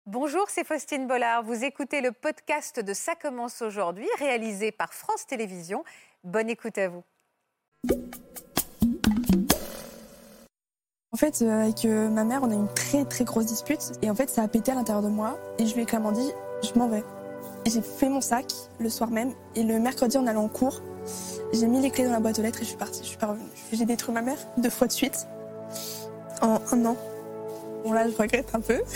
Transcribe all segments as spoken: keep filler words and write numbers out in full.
Bonjour, c'est Faustine Bollard. Vous écoutez le podcast de Ça commence aujourd'hui, réalisé par France Télévisions. Bonne écoute à vous. En fait, euh, avec euh, ma mère, on a eu une très très grosse dispute. Et en fait, ça a pété à l'intérieur de moi. Et je lui ai clairement dit, je m'en vais. Et j'ai fait mon sac le soir même. Et le mercredi, en allant en cours, j'ai mis les clés dans la boîte aux lettres et je suis partie. Je suis pas revenue. J'ai détruit ma mère deux fois de suite. En un an. Bon là, je regrette un peu.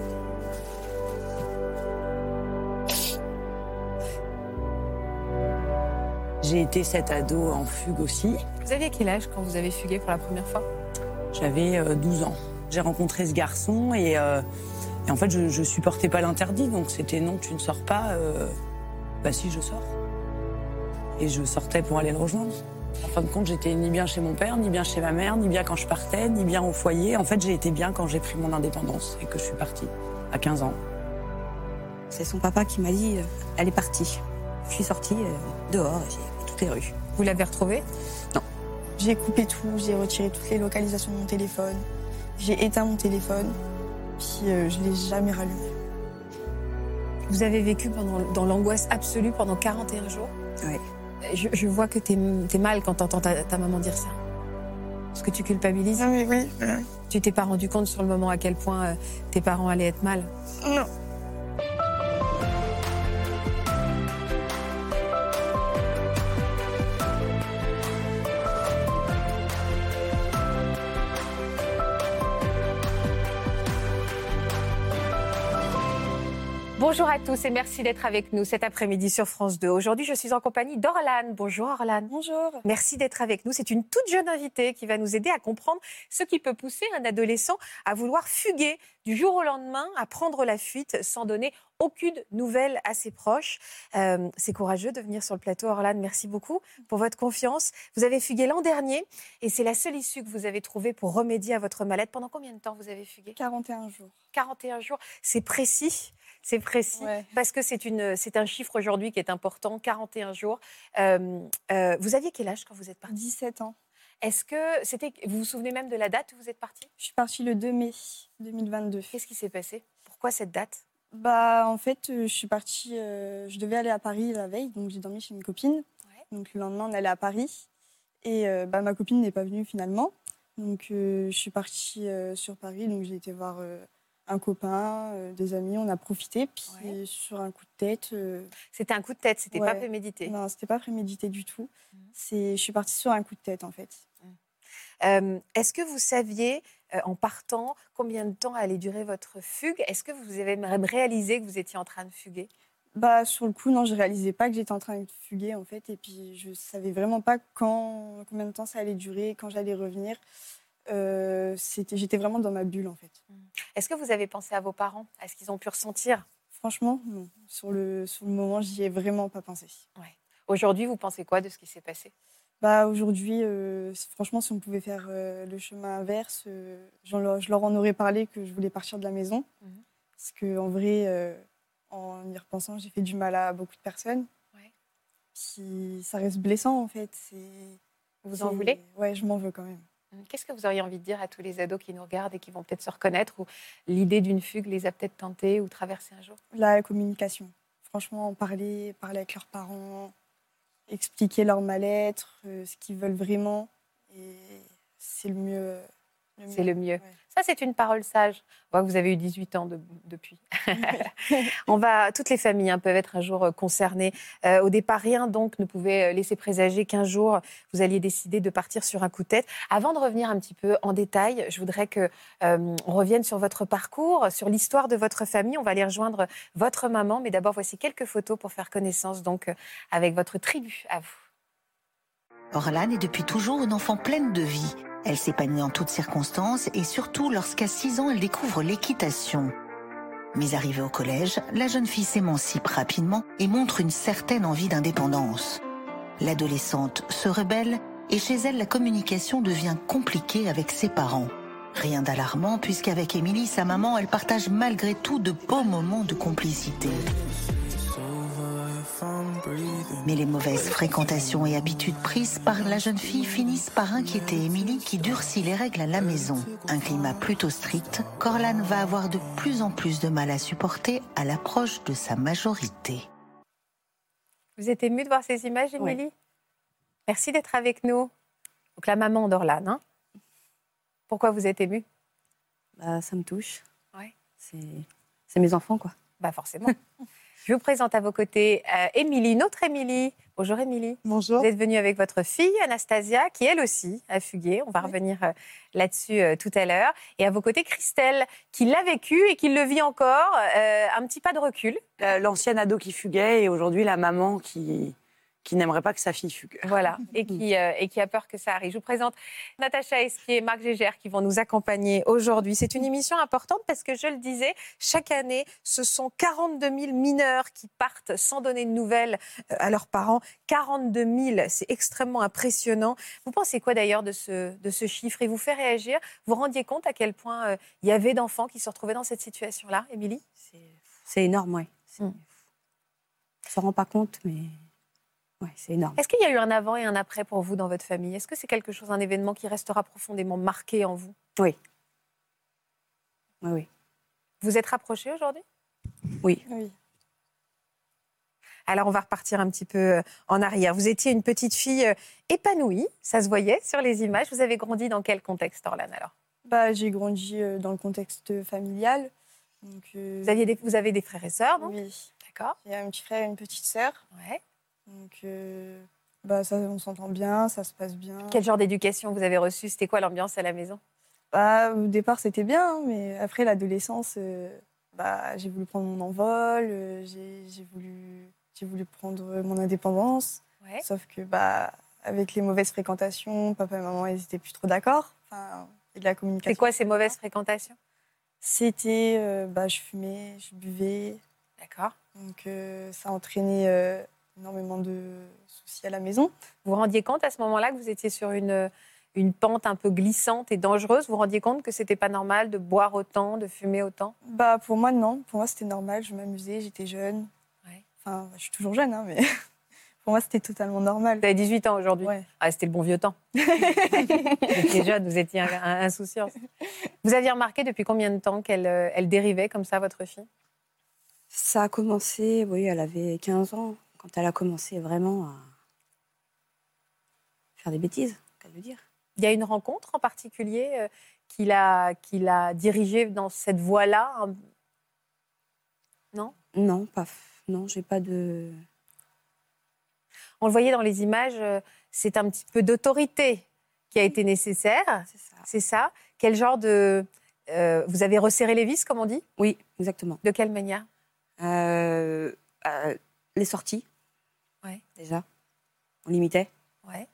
J'ai été cette ado en fugue aussi. Vous aviez quel âge quand vous avez fugué pour la première fois ? J'avais euh, douze ans. J'ai rencontré ce garçon et, euh, et en fait, je, je supportais pas l'interdit. Donc c'était non, tu ne sors pas. Euh, bah si, je sors. Et je sortais pour aller le rejoindre. En fin de compte, j'étais ni bien chez mon père, ni bien chez ma mère, ni bien quand je partais, ni bien au foyer. En fait, j'ai été bien quand j'ai pris mon indépendance et que je suis partie à quinze ans. C'est son papa qui m'a dit, euh, elle est partie. Je suis sortie euh, dehors et j'ai fait toutes les rues. Vous l'avez retrouvée ? Non. J'ai coupé tout, j'ai retiré toutes les localisations de mon téléphone. J'ai éteint mon téléphone, puis euh, je ne l'ai jamais rallumé. Vous avez vécu pendant, dans l'angoisse absolue pendant quarante et un jours ? Oui. Je, je vois que t'es, t'es mal quand t'entends ta, ta maman dire ça. Est-ce que tu culpabilises ? Non mais oui. Euh... Tu t'es pas rendu compte sur le moment à quel point euh, tes parents allaient être mal ? Non. Bonjour à tous et merci d'être avec nous cet après-midi sur France deux. Aujourd'hui, je suis en compagnie d'Orlane. Bonjour Orlane. Bonjour. Merci d'être avec nous. C'est une toute jeune invitée qui va nous aider à comprendre ce qui peut pousser un adolescent à vouloir fuguer du jour au lendemain, à prendre la fuite sans donner aucune nouvelle à ses proches. Euh, c'est courageux de venir sur le plateau, Orlane. Merci beaucoup pour votre confiance. Vous avez fugué l'an dernier et c'est la seule issue que vous avez trouvée pour remédier à votre mal-être. Pendant combien de temps vous avez fugué ? quarante et un jours. quarante et un jours, c'est précis. C'est précis, ouais. Parce que c'est, une, c'est un chiffre aujourd'hui qui est important, quarante et un jours. Euh, euh, vous aviez quel âge quand vous êtes partie ? dix-sept ans. Est-ce que c'était, vous vous souvenez même de la date où vous êtes partie ? Je suis partie le deux mai deux mille vingt-deux. Qu'est-ce qui s'est passé ? Pourquoi cette date ? Bah, en fait, je suis partie, euh, je devais aller à Paris la veille, donc j'ai dormi chez une copine. Ouais. Donc le lendemain, on allait à Paris. Et euh, bah, ma copine n'est pas venue finalement. Donc euh, je suis partie euh, sur Paris, donc j'ai été voir... Euh, un copain, euh, des amis, on a profité, puis ouais. sur un coup de tête... Euh... C'était un coup de tête, c'était ouais. pas prémédité ? Non, c'était pas prémédité du tout. Mmh. C'est... Je suis partie sur un coup de tête, en fait. Mmh. Euh, est-ce que vous saviez, euh, en partant, combien de temps allait durer votre fugue ? Est-ce que vous avez même réalisé que vous étiez en train de fuguer ? Bah, sur le coup, non, je réalisais pas que j'étais en train de fuguer, en fait, et puis je savais vraiment pas quand, combien de temps ça allait durer, quand j'allais revenir. Euh, c'était, j'étais vraiment dans ma bulle, en fait. Est-ce que vous avez pensé à vos parents ? Est-ce qu'ils ont pu ressentir ? Franchement, non. Sur le, sur le moment, j'y ai vraiment pas pensé. Ouais. Aujourd'hui, vous pensez quoi de ce qui s'est passé ? Bah, aujourd'hui, euh, franchement, si on pouvait faire euh, le chemin inverse, euh, je, leur, je leur en aurais parlé que je voulais partir de la maison. Mmh. Parce qu'en vrai, euh, en y repensant, j'ai fait du mal à beaucoup de personnes. Ouais. Puis ça reste blessant, en fait. C'est, vous c'est... en voulez ? Ouais, je m'en veux quand même. Qu'est-ce que vous auriez envie de dire à tous les ados qui nous regardent et qui vont peut-être se reconnaître, ou l'idée d'une fugue les a peut-être tentés ou traversé un jour ? La communication. Franchement, en parler, parler avec leurs parents, expliquer leur mal-être, euh, ce qu'ils veulent vraiment. Et c'est le mieux. Le c'est mieux. le mieux. Ouais. Ça, c'est une parole sage. On voit que vous avez eu dix-huit ans de, depuis. On va, toutes les familles hein, peuvent être un jour concernées. Euh, au départ, rien donc ne pouvait laisser présager qu'un jour, vous alliez décider de partir sur un coup de tête. Avant de revenir un petit peu en détail, je voudrais qu'on euh, revienne sur votre parcours, sur l'histoire de votre famille. On va aller rejoindre votre maman. Mais d'abord, voici quelques photos pour faire connaissance donc, avec votre tribu à vous. Orlane est depuis toujours une enfant pleine de vie. Elle s'épanouit en toutes circonstances et surtout lorsqu'à six ans, elle découvre l'équitation. Mais arrivée au collège, la jeune fille s'émancipe rapidement et montre une certaine envie d'indépendance. L'adolescente se rebelle et chez elle, la communication devient compliquée avec ses parents. Rien d'alarmant puisqu'avec Émilie, sa maman, elle partage malgré tout de beaux moments de complicité. Mais les mauvaises fréquentations et habitudes prises par la jeune fille finissent par inquiéter Émilie qui durcit les règles à la maison. Un climat plutôt strict qu'Orlane va avoir de plus en plus de mal à supporter à l'approche de sa majorité. Vous êtes émue de voir ces images, Émilie ? Oui. Merci d'être avec nous. Donc la maman d'Orlane, hein ? Pourquoi vous êtes émue ? Bah, ça me touche. Ouais. C'est, c'est mes enfants, quoi. Bah forcément. Je vous présente à vos côtés euh, Émilie, notre Émilie. Bonjour Émilie. Bonjour. Vous êtes venue avec votre fille Anastasia, qui elle aussi a fugué. On va oui. revenir euh, là-dessus euh, tout à l'heure. Et à vos côtés Christelle, qui l'a vécu et qui le vit encore. Euh, un petit pas de recul. Euh, l'ancienne ado qui fuguait et aujourd'hui la maman qui... qui n'aimerait pas que sa fille fugue. Voilà, et qui, euh, et qui a peur que ça arrive. Je vous présente Natacha Esquier et Marc Gégère qui vont nous accompagner aujourd'hui. C'est une émission importante parce que, je le disais, chaque année, ce sont quarante-deux mille mineurs qui partent sans donner de nouvelles à leurs parents. quarante-deux mille, c'est extrêmement impressionnant. Vous pensez quoi d'ailleurs de ce, de ce chiffre ? Il vous fait réagir ? Vous vous rendiez compte à quel point euh, il y avait d'enfants qui se retrouvaient dans cette situation-là, Émilie ? C'est, c'est énorme, oui. C'est... Mm. On ne s'en rend pas compte, mais... Ouais, c'est énorme. Est-ce qu'il y a eu un avant et un après pour vous dans votre famille ? Est-ce que c'est quelque chose, un événement qui restera profondément marqué en vous ? Oui. Oui, oui. Vous êtes rapprochés aujourd'hui ? Oui. Oui. Alors, on va repartir un petit peu en arrière. Vous étiez une petite fille épanouie, ça se voyait sur les images. Vous avez grandi dans quel contexte, Orlane, alors ? Bah, j'ai grandi dans le contexte familial. Donc, euh... vous, aviez des, vous avez des frères et sœurs, donc ? Oui. D'accord. Il y a un petit frère et une petite sœur. Ouais. Donc, euh, bah, ça, on s'entend bien, ça se passe bien. Quel genre d'éducation vous avez reçu ? C'était quoi l'ambiance à la maison ? Bah, au départ, c'était bien, hein, mais après l'adolescence, euh, bah, j'ai voulu prendre mon envol, euh, j'ai, j'ai, voulu, j'ai voulu prendre mon indépendance. Ouais. Sauf que, bah, avec les mauvaises fréquentations, papa et maman, ils n'étaient plus trop d'accord. Enfin, et de la communication. C'est quoi ces mauvaises fréquentations ? C'était, euh, bah, je fumais, je buvais. D'accord. Donc, euh, ça entraînait euh, énormément de soucis à la maison. Vous vous rendiez compte à ce moment-là que vous étiez sur une, une pente un peu glissante et dangereuse ? Vous vous rendiez compte que ce n'était pas normal de boire autant, de fumer autant ? Bah, pour moi, non. Pour moi, c'était normal. Je m'amusais, j'étais jeune. Ouais. Enfin, je suis toujours jeune, hein, mais pour moi, c'était totalement normal. Vous avez dix-huit ans aujourd'hui ? Ouais. Ah, c'était le bon vieux temps. Vous étiez jeune, vous étiez insouciante. Vous aviez remarqué depuis combien de temps qu'elle elle dérivait comme ça, votre fille ? Ça a commencé, oui, elle avait quinze ans, quand elle a commencé vraiment à faire des bêtises, qu'elle veut dire. Il y a une rencontre en particulier euh, qui, l'a, qui l'a dirigée dans cette voie-là hein ? Non ? Non, pas, non, j'ai pas de... On le voyait dans les images, euh, c'est un petit peu d'autorité qui a été nécessaire. C'est ça. C'est ça. Quel genre de... Euh, vous avez resserré les vis, comme on dit ? Oui, exactement. De quelle manière ? Euh, euh, les sorties, ouais. déjà, on limitait. Ouais.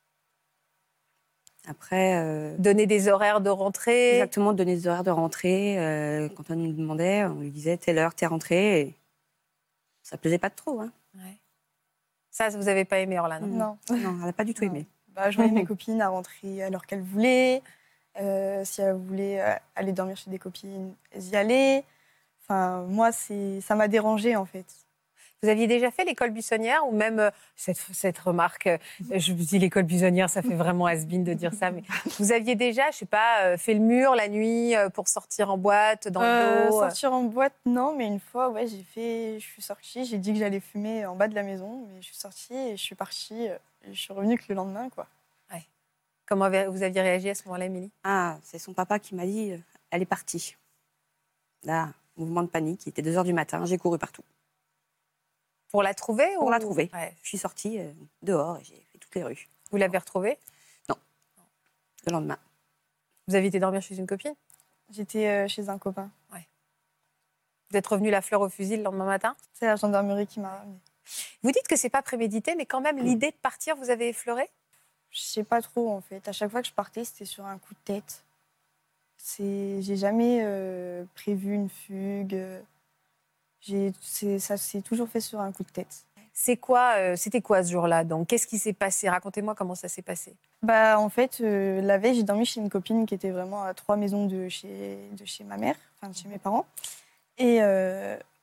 Après... Euh, donner des horaires de rentrée. Exactement, donner des horaires de rentrée. Euh, quand on nous demandait, on lui disait telle heure, t'es rentrée. Et ça plaisait pas de trop. Hein. Ouais. Ça, vous n'avez pas aimé, Orlane ? Non. Non, elle n'a pas du tout non. aimé. Bah, je voyais mes copines à rentrer à l'heure qu'elles voulaient. Euh, si elles voulaient euh, aller dormir chez des copines, elles y allaient. Enfin, moi, c'est... ça m'a dérangée, en fait. Vous aviez déjà fait l'école buissonnière ou même euh, cette, cette remarque, euh, je vous dis l'école buissonnière, ça fait vraiment has-been de dire ça, mais vous aviez déjà, je sais pas, euh, fait le mur la nuit euh, pour sortir en boîte, dans euh, le dos euh... Sortir en boîte, non, mais une fois, ouais, j'ai fait, je suis sortie, j'ai dit que j'allais fumer en bas de la maison, mais je suis sortie et je suis partie, euh, et je suis revenue que le lendemain, quoi. Ouais. Comment vous aviez réagi à ce moment-là, Émilie ? Ah, c'est son papa qui m'a dit, euh, elle est partie. Là, mouvement de panique, il était deux heures du matin, j'ai couru partout. Pour la trouver Pour ou... la trouver. Ouais. Je suis sortie euh, dehors et j'ai fait toutes les rues. Vous l'avez retrouvée ? Non. Le lendemain. Vous avez été dormir chez une copine ? J'étais euh, chez un copain. Ouais. Vous êtes revenue la fleur au fusil le lendemain matin ? C'est la gendarmerie qui m'a ramenée. Vous dites que c'est pas prémédité, mais quand même, l'idée de partir, vous avez effleuré ? Je sais pas trop, en fait. À chaque fois que je partais, c'était sur un coup de tête. C'est... J'ai jamais euh, prévu une fugue. J'ai... C'est... Ça s'est toujours fait sur un coup de tête. C'est quoi, euh, c'était quoi ce jour-là donc ? Qu'est-ce qui s'est passé ? Racontez-moi comment ça s'est passé. Bah, en fait, euh, la veille, j'ai dormi chez une copine qui était vraiment à trois maisons de chez, de chez ma mère, enfin de chez mes parents. Et euh,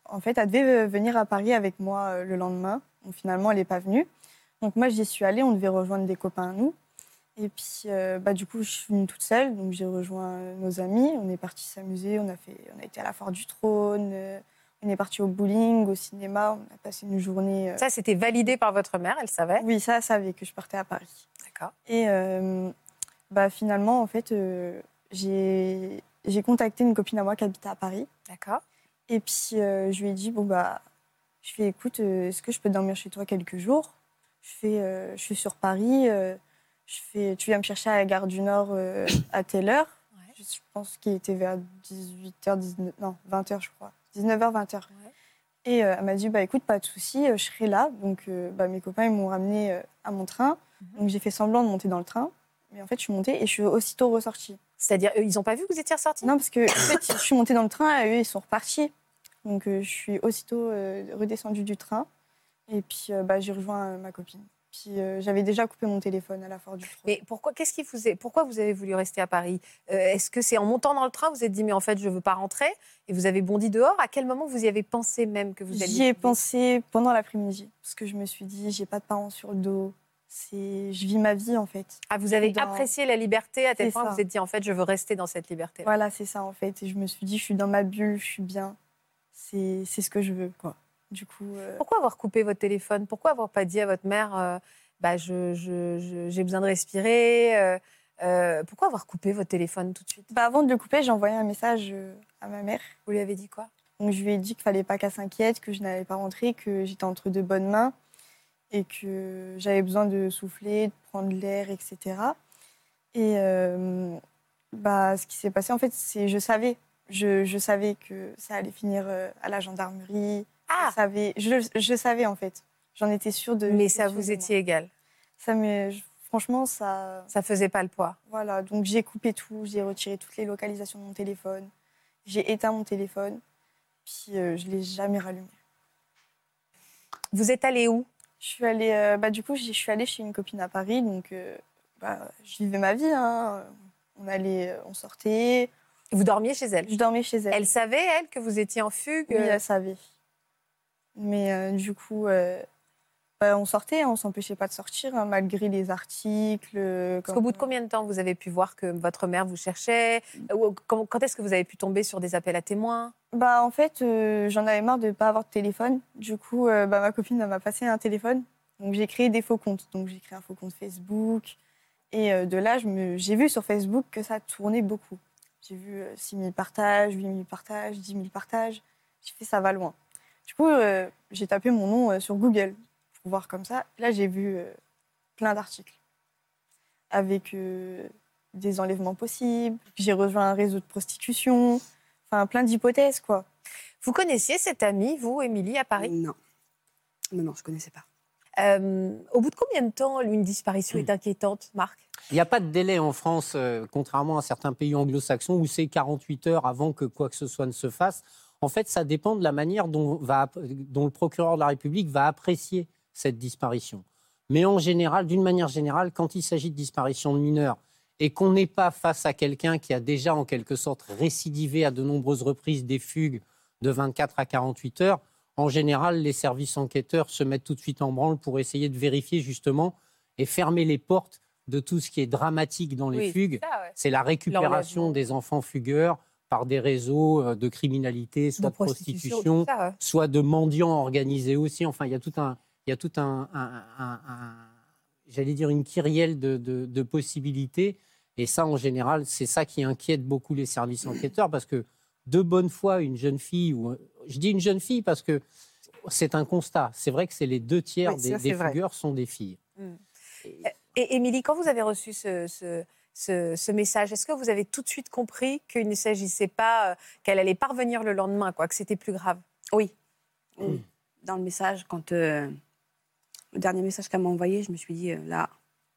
en fait, elle devait venir à Paris avec moi euh, le lendemain. Donc, finalement, elle n'est pas venue. Donc, moi, j'y suis allée. On devait rejoindre des copains à nous. Et puis, euh, bah, du coup, je suis venue toute seule. Donc, j'ai rejoint nos amis. On est partis s'amuser. On a, fait, on a été à la Foire du Trône. Euh, on est partis au bowling, au cinéma. On a passé une journée... Euh... Ça, c'était validé par votre mère, elle savait? Oui, ça, elle savait que je partais à Paris. D'accord. Et euh, bah, finalement, en fait, euh, j'ai, j'ai contacté une copine à moi qui habitait à Paris. D'accord. Et puis, euh, je lui ai dit, bon, bah, je fais, écoute, euh, est-ce que je peux dormir chez toi quelques jours? Je fais, euh, je suis sur Paris, euh, je fais, tu viens me chercher à la gare du Nord euh, à telle heure. Ouais. Je, je pense qu'il était vers dix-huit heures, dix-neuf, non, vingt heures, je crois. dix-neuf heures, vingt heures. Ouais. Et euh, elle m'a dit, bah, écoute, pas de souci, euh, je serai là. Donc, euh, bah, mes copains, ils m'ont ramenée euh, à mon train. Mm-hmm. Donc, j'ai fait semblant de monter dans le train. Mais en fait, je suis montée et je suis aussitôt ressortie. C'est-à-dire, eux, ils n'ont pas vu que vous étiez ressortie? Non, parce que en fait, je suis montée dans le train et eux, ils sont repartis. Donc, euh, je suis aussitôt euh, redescendue du train. Et puis, euh, bah, j'ai rejoint euh, ma copine. Puis, euh, j'avais déjà coupé mon téléphone à la Foire du Trône. Mais pourquoi, qu'est-ce qui vous est, pourquoi vous avez voulu rester à Paris? euh, Est-ce que c'est en montant dans le train, vous vous êtes dit, mais en fait, je ne veux pas rentrer? Et vous avez bondi dehors? À quel moment vous y avez pensé même que vous alliez? J'y ai pensé pendant l'après-midi. Parce que je me suis dit, j'ai pas de parents sur le dos. C'est... Je vis ma vie, en fait. Ah, vous avez dans... apprécié la liberté à tel c'est point que vous vous êtes dit, en fait, je veux rester dans cette liberté. Voilà, c'est ça, en fait. Et je me suis dit, je suis dans ma bulle, je suis bien. C'est, c'est ce que je veux, quoi. Du coup... Euh... Pourquoi avoir coupé votre téléphone? Pourquoi avoir pas dit à votre mère, euh, bah, je, je, je, j'ai besoin de respirer euh, euh, Pourquoi avoir coupé votre téléphone tout de suite? Bah, avant de le couper, j'ai envoyé un message à ma mère. Vous lui avez dit quoi? Donc, je lui ai dit qu'il fallait pas qu'elle s'inquiète, que je n'allais pas rentrer, que j'étais entre de bonnes mains et que j'avais besoin de souffler, de prendre l'air, et cetera. Et euh, bah, ce qui s'est passé, en fait, c'est je savais. Je, je savais que ça allait finir à la gendarmerie. Ah. Je savais, je, je savais, en fait. J'en étais sûre de... Mais ça vous étiez égal? Ça me, franchement, ça... Ça faisait pas le poids? Voilà, donc j'ai coupé tout, j'ai retiré toutes les localisations de mon téléphone. J'ai éteint mon téléphone, puis euh, je ne l'ai jamais rallumé. Vous êtes allée où? Je suis allée, euh, bah, du coup, je suis allée chez une copine à Paris, donc euh, bah, je vivais ma vie. Hein. On allait, on sortait. Vous dormiez chez elle? Je dormais chez elle. Elle savait, elle, que vous étiez en fugue? Oui, elle savait. Mais euh, du coup, euh, bah, on sortait, hein, on ne s'empêchait pas de sortir, hein, malgré les articles. Euh, Parce qu'au bout de combien de temps vous avez pu voir que votre mère vous cherchait? Quand, quand est-ce que vous avez pu tomber sur des appels à témoins? Bah, en fait, euh, j'en avais marre de ne pas avoir de téléphone. Du coup, euh, bah, ma copine elle m'a passé un téléphone. Donc, j'ai créé des faux comptes. Donc, j'ai créé un faux compte Facebook. Et euh, de là, je me... j'ai vu sur Facebook que ça tournait beaucoup. J'ai vu euh, six mille partages, huit mille partages, dix mille partages. J'ai fait ça va loin. Du coup, euh, j'ai tapé mon nom euh, sur Google pour voir comme ça. Là, j'ai vu euh, plein d'articles avec euh, des enlèvements possibles. J'ai rejoint un réseau de prostitution. Enfin, plein d'hypothèses, quoi. Vous connaissiez cette amie, vous, Émilie, à Paris? Non. Non, non, je ne connaissais pas. Euh, au bout de combien de temps une disparition est inquiétante, Marc? Il n'y a pas de délai en France, euh, contrairement à certains pays anglo-saxons, où c'est quarante-huit heures avant que quoi que ce soit ne se fasse. En fait, ça dépend de la manière dont, va, dont le procureur de la République va apprécier cette disparition. Mais en général, d'une manière générale, quand il s'agit de disparition de mineurs et qu'on n'est pas face à quelqu'un qui a déjà en quelque sorte récidivé à de nombreuses reprises des fugues de vingt-quatre à quarante-huit heures, en général, les services enquêteurs se mettent tout de suite en branle pour essayer de vérifier justement et fermer les portes de tout ce qui est dramatique dans les oui, fugues. C'est, ça, ouais. C'est la récupération des enfants fugueurs par des réseaux de criminalité, soit de, de prostitution, prostitution ça, ouais. soit de mendiants organisés aussi. Enfin, il y a tout un, il y a tout un, un, un, un j'allais dire une kyrielle de, de, de possibilités. Et ça, en général, c'est ça qui inquiète beaucoup les services enquêteurs, parce que de bonne foi, une jeune fille, ou je dis une jeune fille parce que c'est un constat. C'est vrai que c'est les deux tiers oui, des, des fugueurs sont des filles. Mmh. Et Émilie, quand vous avez reçu ce, ce, ce, ce message, est-ce que vous avez tout de suite compris qu'il ne s'agissait pas, euh, qu'elle allait pas revenir le lendemain, quoi, que c'était plus grave? Oui. Mmh. Dans le message, quand euh, le dernier message qu'elle m'a envoyé, je me suis dit, euh, là,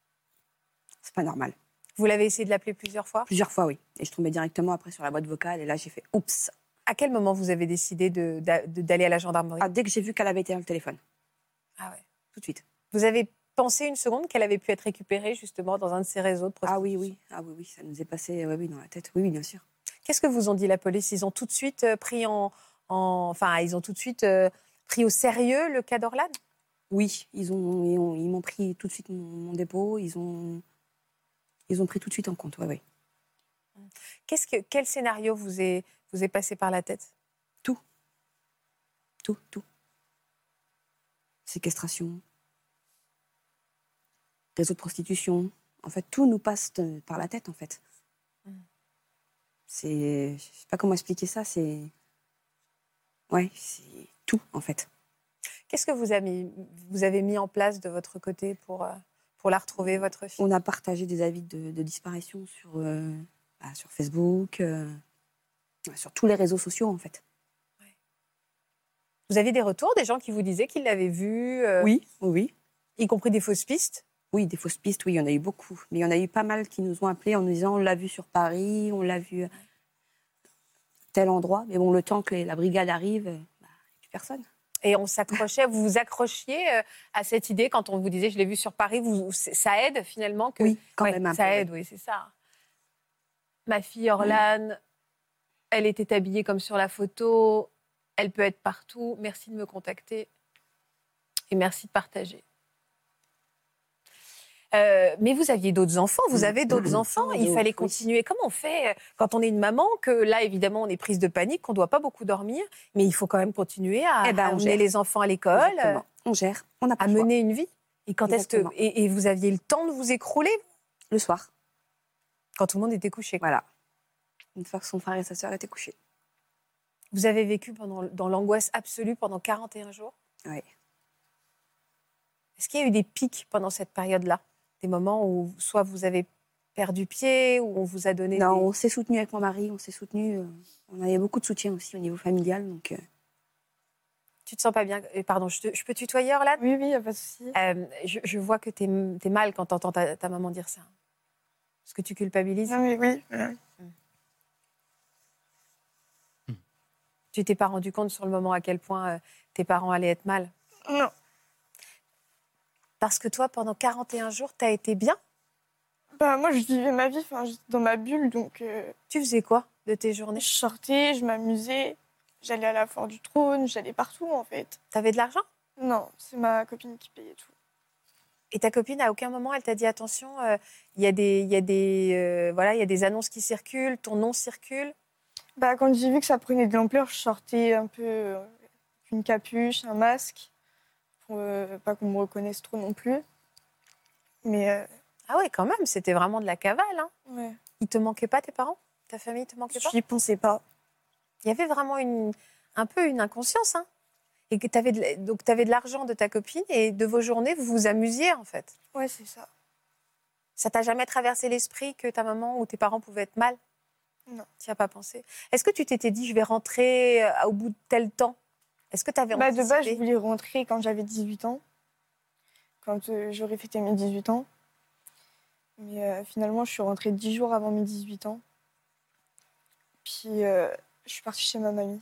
c'est pas normal. Vous l'avez essayé de l'appeler plusieurs fois? Plusieurs fois, oui. Et je tombais directement après sur la boîte vocale. Et là, j'ai fait « oups ». À quel moment vous avez décidé de, de, d'aller à la gendarmerie? Ah, dès que j'ai vu qu'elle avait été dans le téléphone. Ah ouais. Tout de suite. Vous avez pensé une seconde qu'elle avait pu être récupérée justement dans un de ces réseaux de prostitution? Ah oui, oui. Ah oui, oui. Ça nous est passé oui, oui, dans la tête. Oui, oui, bien sûr. Qu'est-ce que vous ont dit la police? Ils ont tout de suite pris en, en... Enfin, ils ont tout de suite euh, pris au sérieux le cas d'Orlane? Oui, ils ont, ils ont- ils m'ont pris tout de suite mon, mon dépôt. Ils ont, ils ont pris tout de suite en compte. Ouais, ouais. Qu'est-ce que, quel scénario vous est, vous est passé par la tête? Tout, tout, tout. Séquestration, réseau de prostitution. En fait, tout nous passe de- par la tête, en fait. Mm. C'est, je sais pas comment expliquer ça. C'est, ouais, c'est tout, en fait. Qu'est-ce que vous avez, mis, vous avez mis en place de votre côté pour, euh, pour la retrouver, votre fille? On a partagé des avis de, de disparition sur, euh, bah, sur Facebook, euh, sur tous les réseaux sociaux, en fait. Vous avez des retours, des gens qui vous disaient qu'ils l'avaient vue, euh, Oui, oui, oui. y compris des fausses pistes? Oui, des fausses pistes, oui, il y en a eu beaucoup. Mais il y en a eu pas mal qui nous ont appelés en nous disant on l'a vu sur Paris, on l'a vu à tel endroit. Mais bon, le temps que la brigade arrive, euh, bah, il n'y a plus personne. Et on s'accrochait, vous vous accrochiez euh, à cette idée quand on vous disait je l'ai vue sur Paris, vous, ça aide finalement que... Oui, quand Ouais, même un ça peu, aide, oui, c'est ça. Ma fille Orlane, elle était habillée comme sur la photo, elle peut être partout. Merci de me contacter et merci de partager. Euh, mais vous aviez d'autres enfants, vous avez d'autres enfants, il fallait continuer. Comment on fait quand on est une maman, que là, évidemment, on est prise de panique, qu'on ne doit pas beaucoup dormir, mais il faut quand même continuer à, Eh ben, à on emmener gère. les enfants à l'école, Exactement. On gère, on n'a pas à le choix. mener une vie. Et, quand est-ce que, Exactement. et, et vous aviez le temps de vous écrouler Le soir, quand tout le monde était couché. voilà. Une fois que son frère et sa sœur étaient couchés. Vous avez vécu pendant, dans l'angoisse absolue pendant quarante et un jours. Oui. Est-ce qu'il y a eu des pics pendant cette période-là? Des moments où soit vous avez perdu pied, où on vous a donné... Non, des... on s'est soutenu avec mon mari, on s'est soutenu. Euh, on avait beaucoup de soutien aussi au niveau familial. Donc, euh... Tu te sens pas bien? Pardon, je, te, je peux tutoyer, Orlane? Oui, oui, il n'y a pas de souci. Euh, je, je vois que tu es mal quand tu entends ta, ta maman dire ça. Est-ce que tu culpabilises? Non, mais oui. euh, Tu t'es pas rendu compte sur le moment à quel point euh, tes parents allaient être mal? Non. Parce que toi, pendant quarante et un jours, tu as été bien? Bah, moi, je vivais ma vie, enfin, j'étais dans ma bulle, donc euh, Tu faisais quoi de tes journées? je sortais, je m'amusais, j'allais à la foire du trône, j'allais partout, en fait. Tu avais de l'argent? Non, c'est ma copine qui payait tout. Et ta copine, à aucun moment, elle t'a dit attention, euh, il y a des, il y a des, euh, voilà, il y a des annonces qui circulent, ton nom circule? Bah, quand j'ai vu que ça prenait de l'ampleur, je sortais un peu euh, avec une capuche, un masque, pour euh, pas qu'on me reconnaisse trop non plus. Mais euh, Ah oui, quand même, c'était vraiment de la cavale. Hein. ouais, Ils te manquaient pas, tes parents? Ta famille te manquait pas? j'y pensais pas. Il y avait vraiment une, un peu une inconscience. Hein. Et que t'avais de, donc tu avais de l'argent de ta copine et de vos journées, vous vous amusiez en fait. Ouais, c'est ça. Ça t'a jamais traversé l'esprit que ta maman ou tes parents pouvaient être mal? Non. Tu n'y as pas pensé? Est-ce que tu t'étais dit, je vais rentrer euh, au bout de tel temps? Est-ce que tu avais Bah, de anticipé? base, je voulais rentrer quand j'avais dix-huit ans, quand euh, j'aurais fêté mes dix-huit ans. Mais euh, finalement, je suis rentrée dix jours avant mes dix-huit ans. Puis, euh, je suis partie chez ma mamie.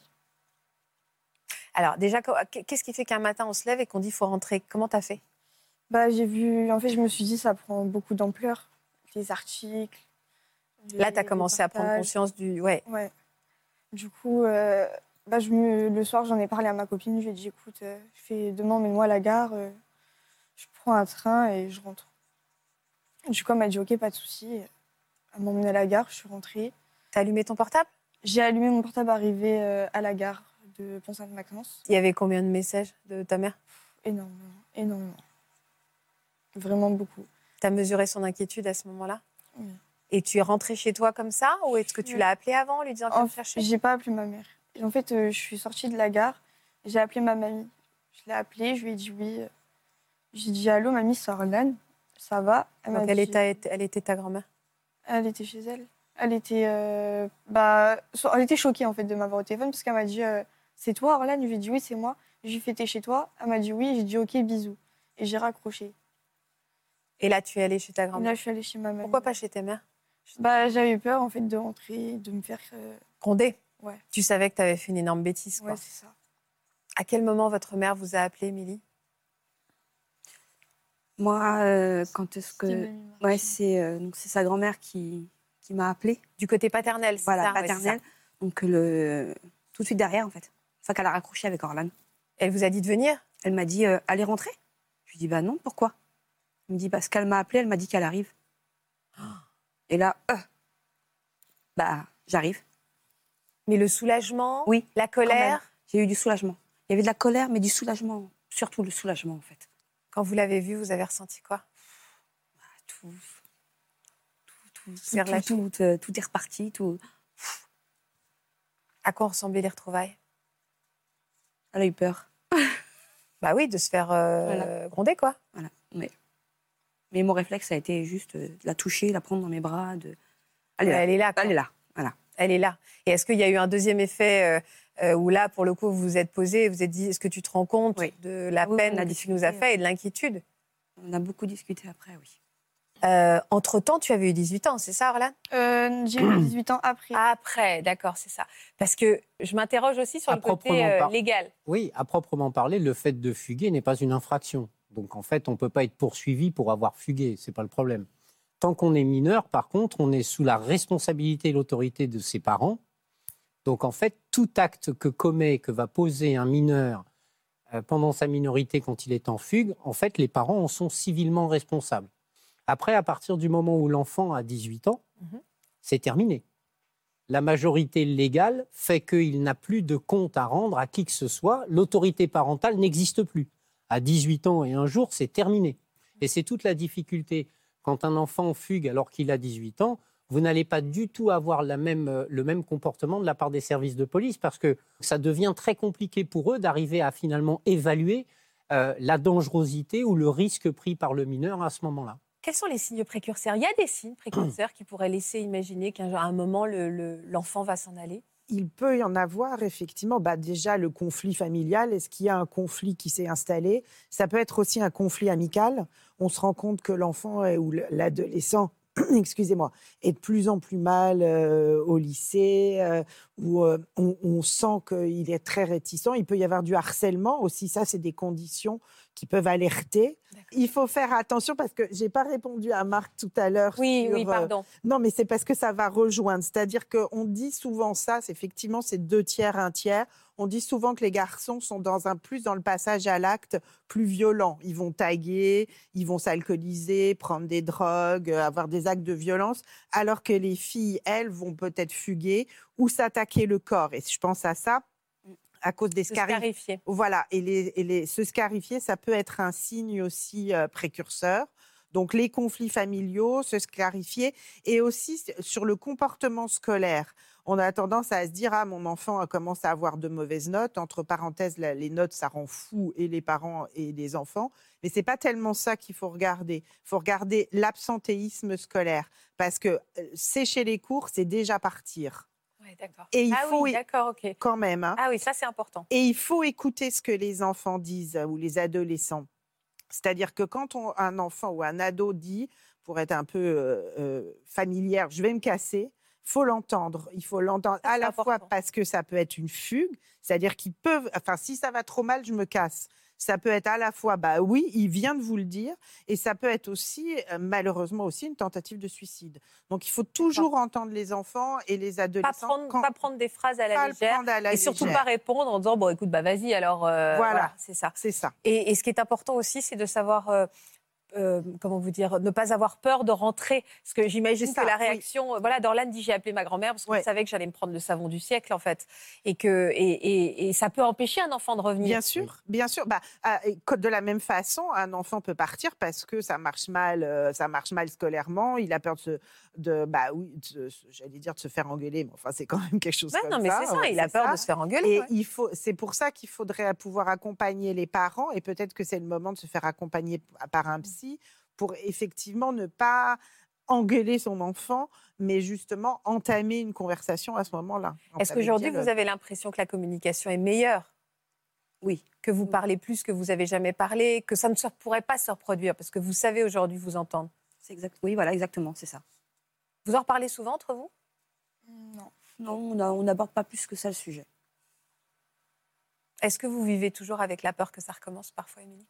Alors déjà, qu'est-ce qui fait qu'un matin on se lève et qu'on dit, faut rentrer? Comment t'as fait? Bah, j'ai vu... En fait, je me suis dit, ça prend beaucoup d'ampleur. Les articles... Là, tu as les commencé à prendre partages. conscience du... Ouais. Ouais. Du coup, euh, bah, je me... le soir, j'en ai parlé à ma copine. Je lui ai dit, écoute, euh, je fais demain, emmène-moi à la gare. euh, je prends un train et je rentre. Du coup, elle m'a dit, ok, pas de souci. Elle m'a emmenée à la gare, je suis rentrée. T'as allumé ton portable? J'ai allumé mon portable arrivé euh, à la gare de Pont-Sainte-Maxence. Il y avait combien de messages de ta mère? Énormément, énormément. Vraiment beaucoup. T'as mesuré son inquiétude à ce moment-là? Oui. Et tu es rentrée chez toi comme ça? Ou est-ce que tu Oui. l'as appelée avant, lui disant qu'elle En me fait, chercher? j'ai pas appelé ma mère. Et en fait, euh, je suis sortie de la gare, j'ai appelé ma mamie. Je l'ai appelée, je lui ai dit oui. J'ai dit allô, mamie, c'est Orlane. Ça va? Elle m'a Donc elle dit- était, elle était ta grand-mère? Elle était chez elle. Elle était, euh, bah, so- elle était choquée en fait de m'avoir au téléphone parce qu'elle m'a dit euh, c'est toi Orlane? Je lui ai dit oui, c'est moi. Je lui ai fait t'es chez toi? Elle m'a dit oui. J'ai dit ok, bisous. Et j'ai raccroché. Et là, tu es allée chez ta Et grand-mère? là, je suis allée chez ma mamie. Pourquoi pas chez tes mères? Bah, j'avais peur en fait de rentrer, de me faire. euh, Grondée? Ouais. Tu savais que tu avais fait une énorme bêtise, quoi. Ouais, c'est ça. À quel moment votre mère vous a appelé, Émilie? Moi, euh, quand est-ce C'était que... mamie Martine. Ouais, c'est euh, donc c'est sa grand-mère qui, qui m'a appelée. Du côté paternel, c'est Voilà, ça? Ouais, c'est paternelle. ça. Donc le... tout de suite derrière, en fait. fois qu'elle a raccroché avec Orlan. Elle vous a dit de venir? Elle m'a dit euh, allez rentrer. Je lui dis bah non, pourquoi? Elle me dit parce qu'elle m'a appelée, elle m'a dit qu'elle arrive. Et là, euh, bah j'arrive. Mais le soulagement, oui, la colère? J'ai eu du soulagement. Il y avait de la colère, mais du soulagement. Surtout le soulagement, en fait. Quand vous l'avez vu, vous avez ressenti quoi? Bah, tout, tout, tout, C'est tout, tout, tout, euh, tout est reparti. Tout. À quoi ressemblaient les retrouvailles? Elle a eu peur. Bah oui, de se faire euh, voilà. gronder, quoi. Voilà. Mais, mais mon réflexe a été juste de la toucher, la prendre dans mes bras. De... Elle, est elle est là. Elle est là. Voilà. Elle est là. Et est-ce qu'il y a eu un deuxième effet euh, où là, pour le coup, vous vous êtes posé et vous êtes dit, est-ce que tu te rends compte oui. de la oui, peine que tu nous as fait et de l'inquiétude? On a beaucoup discuté après, oui. Euh, entre-temps, tu avais eu dix-huit ans, c'est ça, Orlan? euh, J'ai eu dix-huit ans après. Après, d'accord, c'est ça. Parce que je m'interroge aussi sur à le côté euh, par... légal. Oui, à proprement parler, le fait de fuguer n'est pas une infraction. Donc, en fait, on ne peut pas être poursuivi pour avoir fugué, ce n'est pas le problème. Tant qu'on est mineur, par contre, on est sous la responsabilité et l'autorité de ses parents. Donc, en fait, tout acte que commet, que va poser un mineur euh, pendant sa minorité quand il est en fugue, en fait, les parents en sont civilement responsables. Après, à partir du moment où l'enfant a dix-huit ans, mmh. c'est terminé. La majorité légale fait qu'il n'a plus de compte à rendre à qui que ce soit. L'autorité parentale n'existe plus. À dix-huit ans et un jour, c'est terminé. Et c'est toute la difficulté. Quand un enfant fugue alors qu'il a dix-huit ans, vous n'allez pas du tout avoir la même, le même comportement de la part des services de police parce que ça devient très compliqué pour eux d'arriver à finalement évaluer euh, la dangerosité ou le risque pris par le mineur à ce moment-là. Quels sont les signes précurseurs? Il y a des signes précurseurs qui pourraient laisser imaginer qu'à un moment, le, le, l'enfant va s'en aller? Il peut y en avoir, effectivement. Bah, déjà, le conflit familial. Est-ce qu'il y a un conflit qui s'est installé? Ça peut être aussi un conflit amical. On se rend compte que l'enfant ou l'adolescent excusez-moi, est de plus en plus mal euh, au lycée, euh, où euh, on, on sent qu'il est très réticent. Il peut y avoir du harcèlement aussi. Ça, c'est des conditions qui peuvent alerter. D'accord. Il faut faire attention parce que je n'ai pas répondu à Marc tout à l'heure. Oui, sur, oui, pardon. Euh, non, mais c'est parce que ça va rejoindre. C'est-à-dire qu'on dit souvent ça, c'est effectivement, c'est deux tiers, un tiers. On dit souvent que les garçons sont dans un plus dans le passage à l'acte plus violent. Ils vont taguer, ils vont s'alcooliser, prendre des drogues, avoir des actes de violence, alors que les filles, elles, vont peut-être fuguer ou s'attaquer le corps. Et je pense à ça à cause des scarifiés. Voilà, et, les, et les, se scarifier, ça peut être un signe aussi euh, précurseur. Donc les conflits familiaux, se scarifier, et aussi sur le comportement scolaire. On a tendance à se dire « Ah, mon enfant commence à avoir de mauvaises notes ». Entre parenthèses, les notes, ça rend fou et les parents et les enfants. Mais ce n'est pas tellement ça qu'il faut regarder. Il faut regarder l'absentéisme scolaire. Parce que sécher les cours, c'est déjà partir. Ouais, d'accord. Et il ah faut oui, d'accord, ok. Quand même. Hein. Ah oui, ça, c'est important. Et il faut écouter ce que les enfants disent ou les adolescents. C'est-à-dire que quand on, un enfant ou un ado dit, pour être un peu euh, euh, familière, je vais me casser, il faut l'entendre. Il faut l'entendre ça, à la important. fois parce que ça peut être une fugue, c'est-à-dire qu'ils peuvent, enfin si ça va trop mal, je me casse. Ça peut être à la fois, bah oui, il vient de vous le dire, et ça peut être aussi, euh, malheureusement aussi, une tentative de suicide. Donc il faut toujours D'accord. entendre les enfants et les adolescents. Pas prendre, quand... pas prendre des phrases à la pas légère, à la et surtout légère. Pas répondre en disant, bon écoute, bah vas-y alors. Euh, voilà. voilà, c'est ça. C'est ça. Et, et ce qui est important aussi, c'est de savoir... Euh, Euh, comment vous dire, ne pas avoir peur de rentrer. Parce que j'imagine ça, que la réaction... Oui. Voilà, Dorlan dit, j'ai appelé ma grand-mère parce que ouais. je savais que j'allais me prendre le savon du siècle, en fait. Et, que, et, et, et ça peut empêcher un enfant de revenir. Bien sûr, bien sûr. Bah, de la même façon, un enfant peut partir parce que ça marche mal, euh, ça marche mal scolairement, il a peur de se... De, bah oui, de, j'allais dire de se faire engueuler, mais enfin, c'est quand même quelque chose ouais, comme non, mais ça. c'est ça, ouais, il a peur ça. de se faire engueuler. Et ouais. il faut, c'est pour ça qu'il faudrait pouvoir accompagner les parents, et peut-être que c'est le moment de se faire accompagner par un psy, pour effectivement ne pas engueuler son enfant, mais justement entamer une conversation à ce moment-là. Est-ce qu'aujourd'hui, vous avez l'impression que la communication est meilleure? Oui. Que vous oui. parlez plus que vous n'avez jamais parlé, que ça ne se, pourrait pas se reproduire, parce que vous savez aujourd'hui vous entendre? C'est exact. Oui, voilà, exactement, c'est ça. Vous en reparlez souvent entre vous? Non. Non, on n'aborde pas plus que ça le sujet. Est-ce que vous vivez toujours avec la peur que ça recommence parfois, Émilie?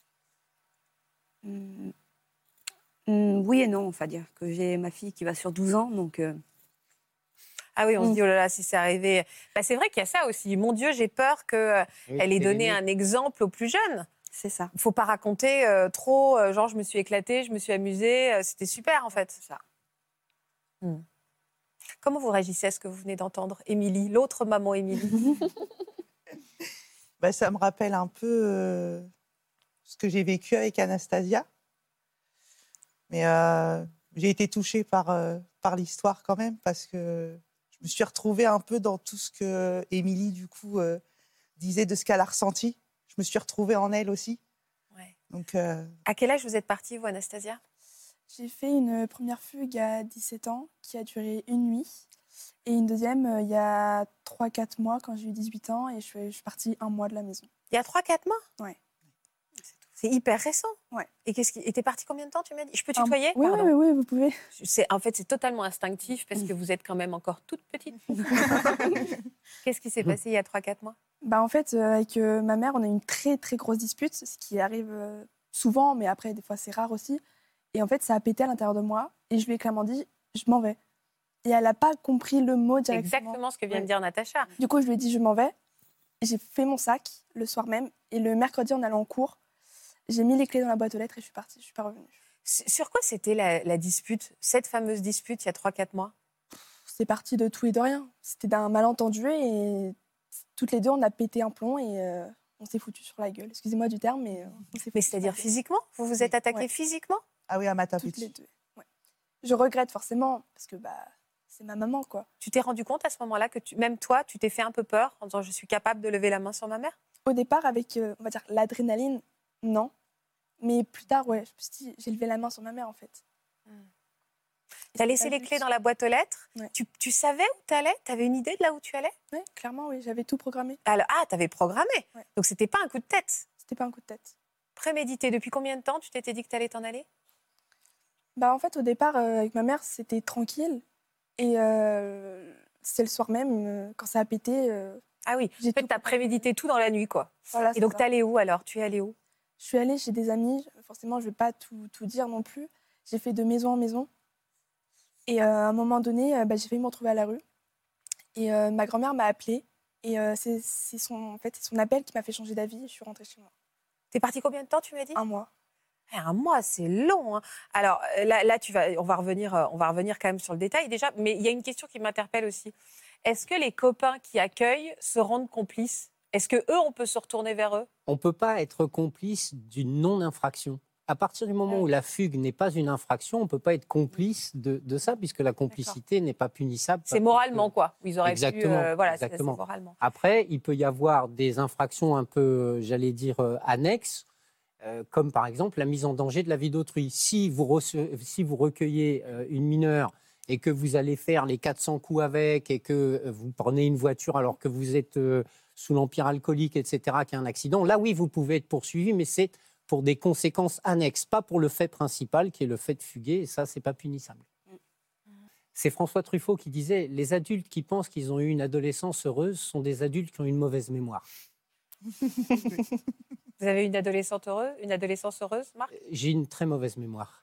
Mmh. Mmh, oui et non, on va dire que j'ai ma fille qui va sur douze ans, donc... Euh... Ah oui, on se Mm. dit, oh là là, si c'est arrivé... Bah, c'est vrai qu'il y a ça aussi. Mon Dieu, j'ai peur qu'elle Oui, ait c'est donné l'aîné. un exemple aux plus jeunes. C'est ça. Il ne faut pas raconter euh, trop, euh, genre je me suis éclatée, je me suis amusée, euh, c'était super en fait. C'est ça. Hmm. Comment vous réagissez à ce que vous venez d'entendre, Émilie, l'autre maman Émilie? Bah, ça me rappelle un peu euh, ce que j'ai vécu avec Anastasia. Mais euh, j'ai été touchée par, euh, par l'histoire quand même, parce que je me suis retrouvée un peu dans tout ce que Émilie, du coup, euh, disait de ce qu'elle a ressenti. Je me suis retrouvée en elle aussi. Ouais. Donc, euh, À quel âge vous êtes partie, vous, Anastasia? J'ai fait une première fugue à dix-sept ans qui a duré une nuit. Et une deuxième euh, il y a trois quatre mois quand j'ai eu dix-huit ans et je suis, je suis partie un mois de la maison. Il y a trois quatre mois? Ouais. C'est hyper récent. Ouais. Et qu'est-ce qui... Et t'es partie combien de temps, tu m'as dit? Je peux Un- tutoyer? Oui, oui, Pardon. oui, oui, vous pouvez. C'est... En fait, c'est totalement instinctif parce que vous êtes quand même encore toute petite. Qu'est-ce qui s'est passé il y a trois quatre mois? Bah, en fait, euh, avec euh, ma mère, on a eu une très très grosse dispute, ce qui arrive euh, souvent, mais après, des fois, c'est rare aussi. Et en fait, ça a pété à l'intérieur de moi. Et je lui ai clairement dit, je m'en vais. Et elle n'a pas compris le mot C'est directement. exactement ce que vient Ouais. de dire Natacha. Du coup, je lui ai dit, je m'en vais. J'ai fait mon sac le soir même. Et le mercredi, en allant en cours, j'ai mis les clés dans la boîte aux lettres et je suis partie. Je suis pas revenue. S- Sur quoi c'était la, la dispute, cette fameuse dispute il y a trois quatre mois? C'est parti de tout et de rien. C'était d'un malentendu et toutes les deux, on a pété un plomb et euh, on s'est foutu sur la gueule. Excusez-moi du terme, mais euh, on s'est Mais foutu c'est-à-dire sur la gueule. physiquement? Vous vous êtes attaqué Ouais. physiquement? ah oui, elle m'a tapé Toutes les dessus. deux. Ouais. Je regrette forcément parce que bah, c'est ma maman, quoi. Tu t'es rendu compte à ce moment-là que tu, même toi, tu t'es fait un peu peur en disant je suis capable de lever la main sur ma mère? Au départ, avec, euh, on va dire, l'adrénaline, non. Mais plus tard, ouais, je me suis dit, j'ai levé la main sur ma mère, en fait. Tu as laissé les clés dans la boîte aux lettres. Ouais. Tu, tu savais où tu allais? Tu avais une idée de là où tu allais? Ouais, clairement, oui, j'avais tout programmé. Alors, ah, tu avais programmé. Ouais. Donc, c'était pas un coup de tête. C'était pas un coup de tête. Prémédité. Depuis combien de temps tu t'étais dit que tu allais t'en aller? Bah, en fait, au départ, euh, avec ma mère, c'était tranquille. Et euh, c'est le soir même, euh, quand ça a pété. euh, Ah oui, J'ai en fait, tout tu as prémédité tout dans la nuit, quoi. voilà, Et c'est donc, ça. tu es allé où alors? Tu es allé où? Je suis allée chez des amis. Forcément, je vais pas tout, tout dire non plus. J'ai fait de maison en maison. Et euh, à un moment donné, euh, bah, j'ai failli me retrouver à la rue. Et euh, ma grand-mère m'a appelée. Et euh, c'est c'est son, en fait, c'est son appel qui m'a fait changer d'avis. Et je suis rentrée chez moi. T'es partie combien de temps, tu m'as dit? Un mois. Eh, Un mois, c'est long. Hein. Alors euh, là, là tu vas, on, va revenir, euh, on va revenir quand même sur le détail déjà, mais il y a une question qui m'interpelle aussi. Est-ce que les copains qui accueillent se rendent complices? Est-ce que eux, on peut se retourner vers eux? On ne peut pas être complice d'une non-infraction. À partir du moment où la fugue n'est pas une infraction, on ne peut pas être complice de, de ça, puisque la complicité n'est pas punissable. C'est moralement, quoi. Ils auraient Exactement, pu... euh, voilà, c'est- exactement. c'est moralement. Après, il peut y avoir des infractions un peu, j'allais dire, euh, annexes, euh, comme par exemple la mise en danger de la vie d'autrui. Si vous, rece- si vous recueillez euh, une mineure et que vous allez faire les quatre cents coups avec et que euh, vous prenez une voiture alors que vous êtes euh, sous l'empire alcoolique, et cetera, qu'il y a un accident, là oui, vous pouvez être poursuivi, mais c'est pour des conséquences annexes, pas pour le fait principal qui est le fait de fuguer, et ça, c'est pas punissable. C'est François Truffaut qui disait « Les adultes qui pensent qu'ils ont eu une adolescence heureuse sont des adultes qui ont une mauvaise mémoire ». Vous avez une adolescente heureuse, une adolescence heureuse, Marc? J'ai une très mauvaise mémoire.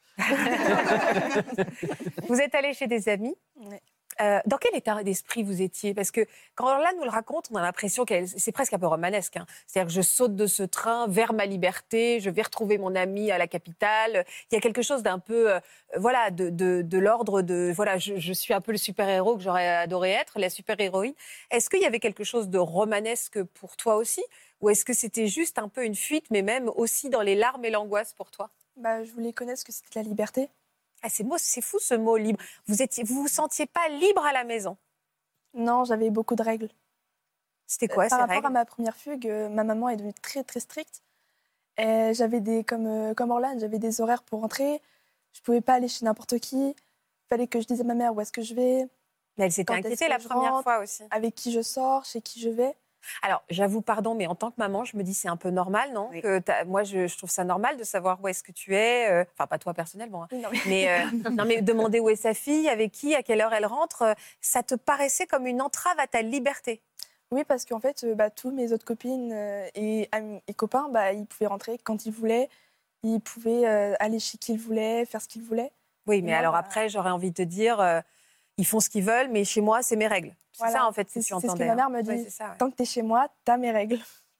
Vous êtes allé chez des amis. Ouais. Euh, dans quel état d'esprit vous étiez? Parce que quand Orlan nous le raconte, on a l'impression que c'est presque un peu romanesque. Hein. C'est-à-dire que je saute de ce train vers ma liberté, je vais retrouver mon ami à la capitale. Il y a quelque chose d'un peu, euh, voilà, de, de, de l'ordre de, voilà, je, je suis un peu le super-héros que j'aurais adoré être, la super-héroïne. Est-ce qu'il y avait quelque chose de romanesque pour toi aussi? Ou est-ce que c'était juste un peu une fuite, mais même aussi dans les larmes et l'angoisse pour toi? Bah, je voulais connaître ce que c'était la liberté. Ah, c'est, beau, c'est fou ce mot libre. Vous étiez, vous vous sentiez pas libre à la maison? Non, j'avais beaucoup de règles. C'était quoi Euh, ces Par rapport règles? à ma première fugue, euh, ma maman est devenue très très stricte. Et j'avais des, comme, euh, comme Orlan, j'avais des horaires pour rentrer. Je pouvais pas aller chez n'importe qui. Il fallait que je dise à ma mère où est-ce que je vais, Mais elle s'était Quand est-ce inquiétée que la je première rentre? fois aussi. avec qui je sors, chez qui je vais. Alors, j'avoue, pardon, mais en tant que maman, je me dis c'est un peu normal, non? Oui. Que t'as- moi, je, je trouve ça normal de savoir où est-ce que tu es. euh, Enfin, pas toi personnellement, hein. Oui, non, mais- mais, euh, non, mais demander où est sa fille, avec qui, à quelle heure elle rentre, euh, ça te paraissait comme une entrave à ta liberté. Oui, parce qu'en fait, euh, bah, tous mes autres copines euh, et, amis- et copains, bah, ils pouvaient rentrer quand ils voulaient. Ils pouvaient euh, aller chez qui ils voulaient, faire ce qu'ils voulaient. Oui, mais moi, alors bah- après, j'aurais envie de te dire, euh, ils font ce qu'ils veulent, mais chez moi, c'est mes règles. C'est Voilà. ça, en fait, que C'est tu c'est entendais. ce que ma mère me hein. dit. Ouais, c'est ça, ouais. Tant que t'es chez moi, t'as mes règles.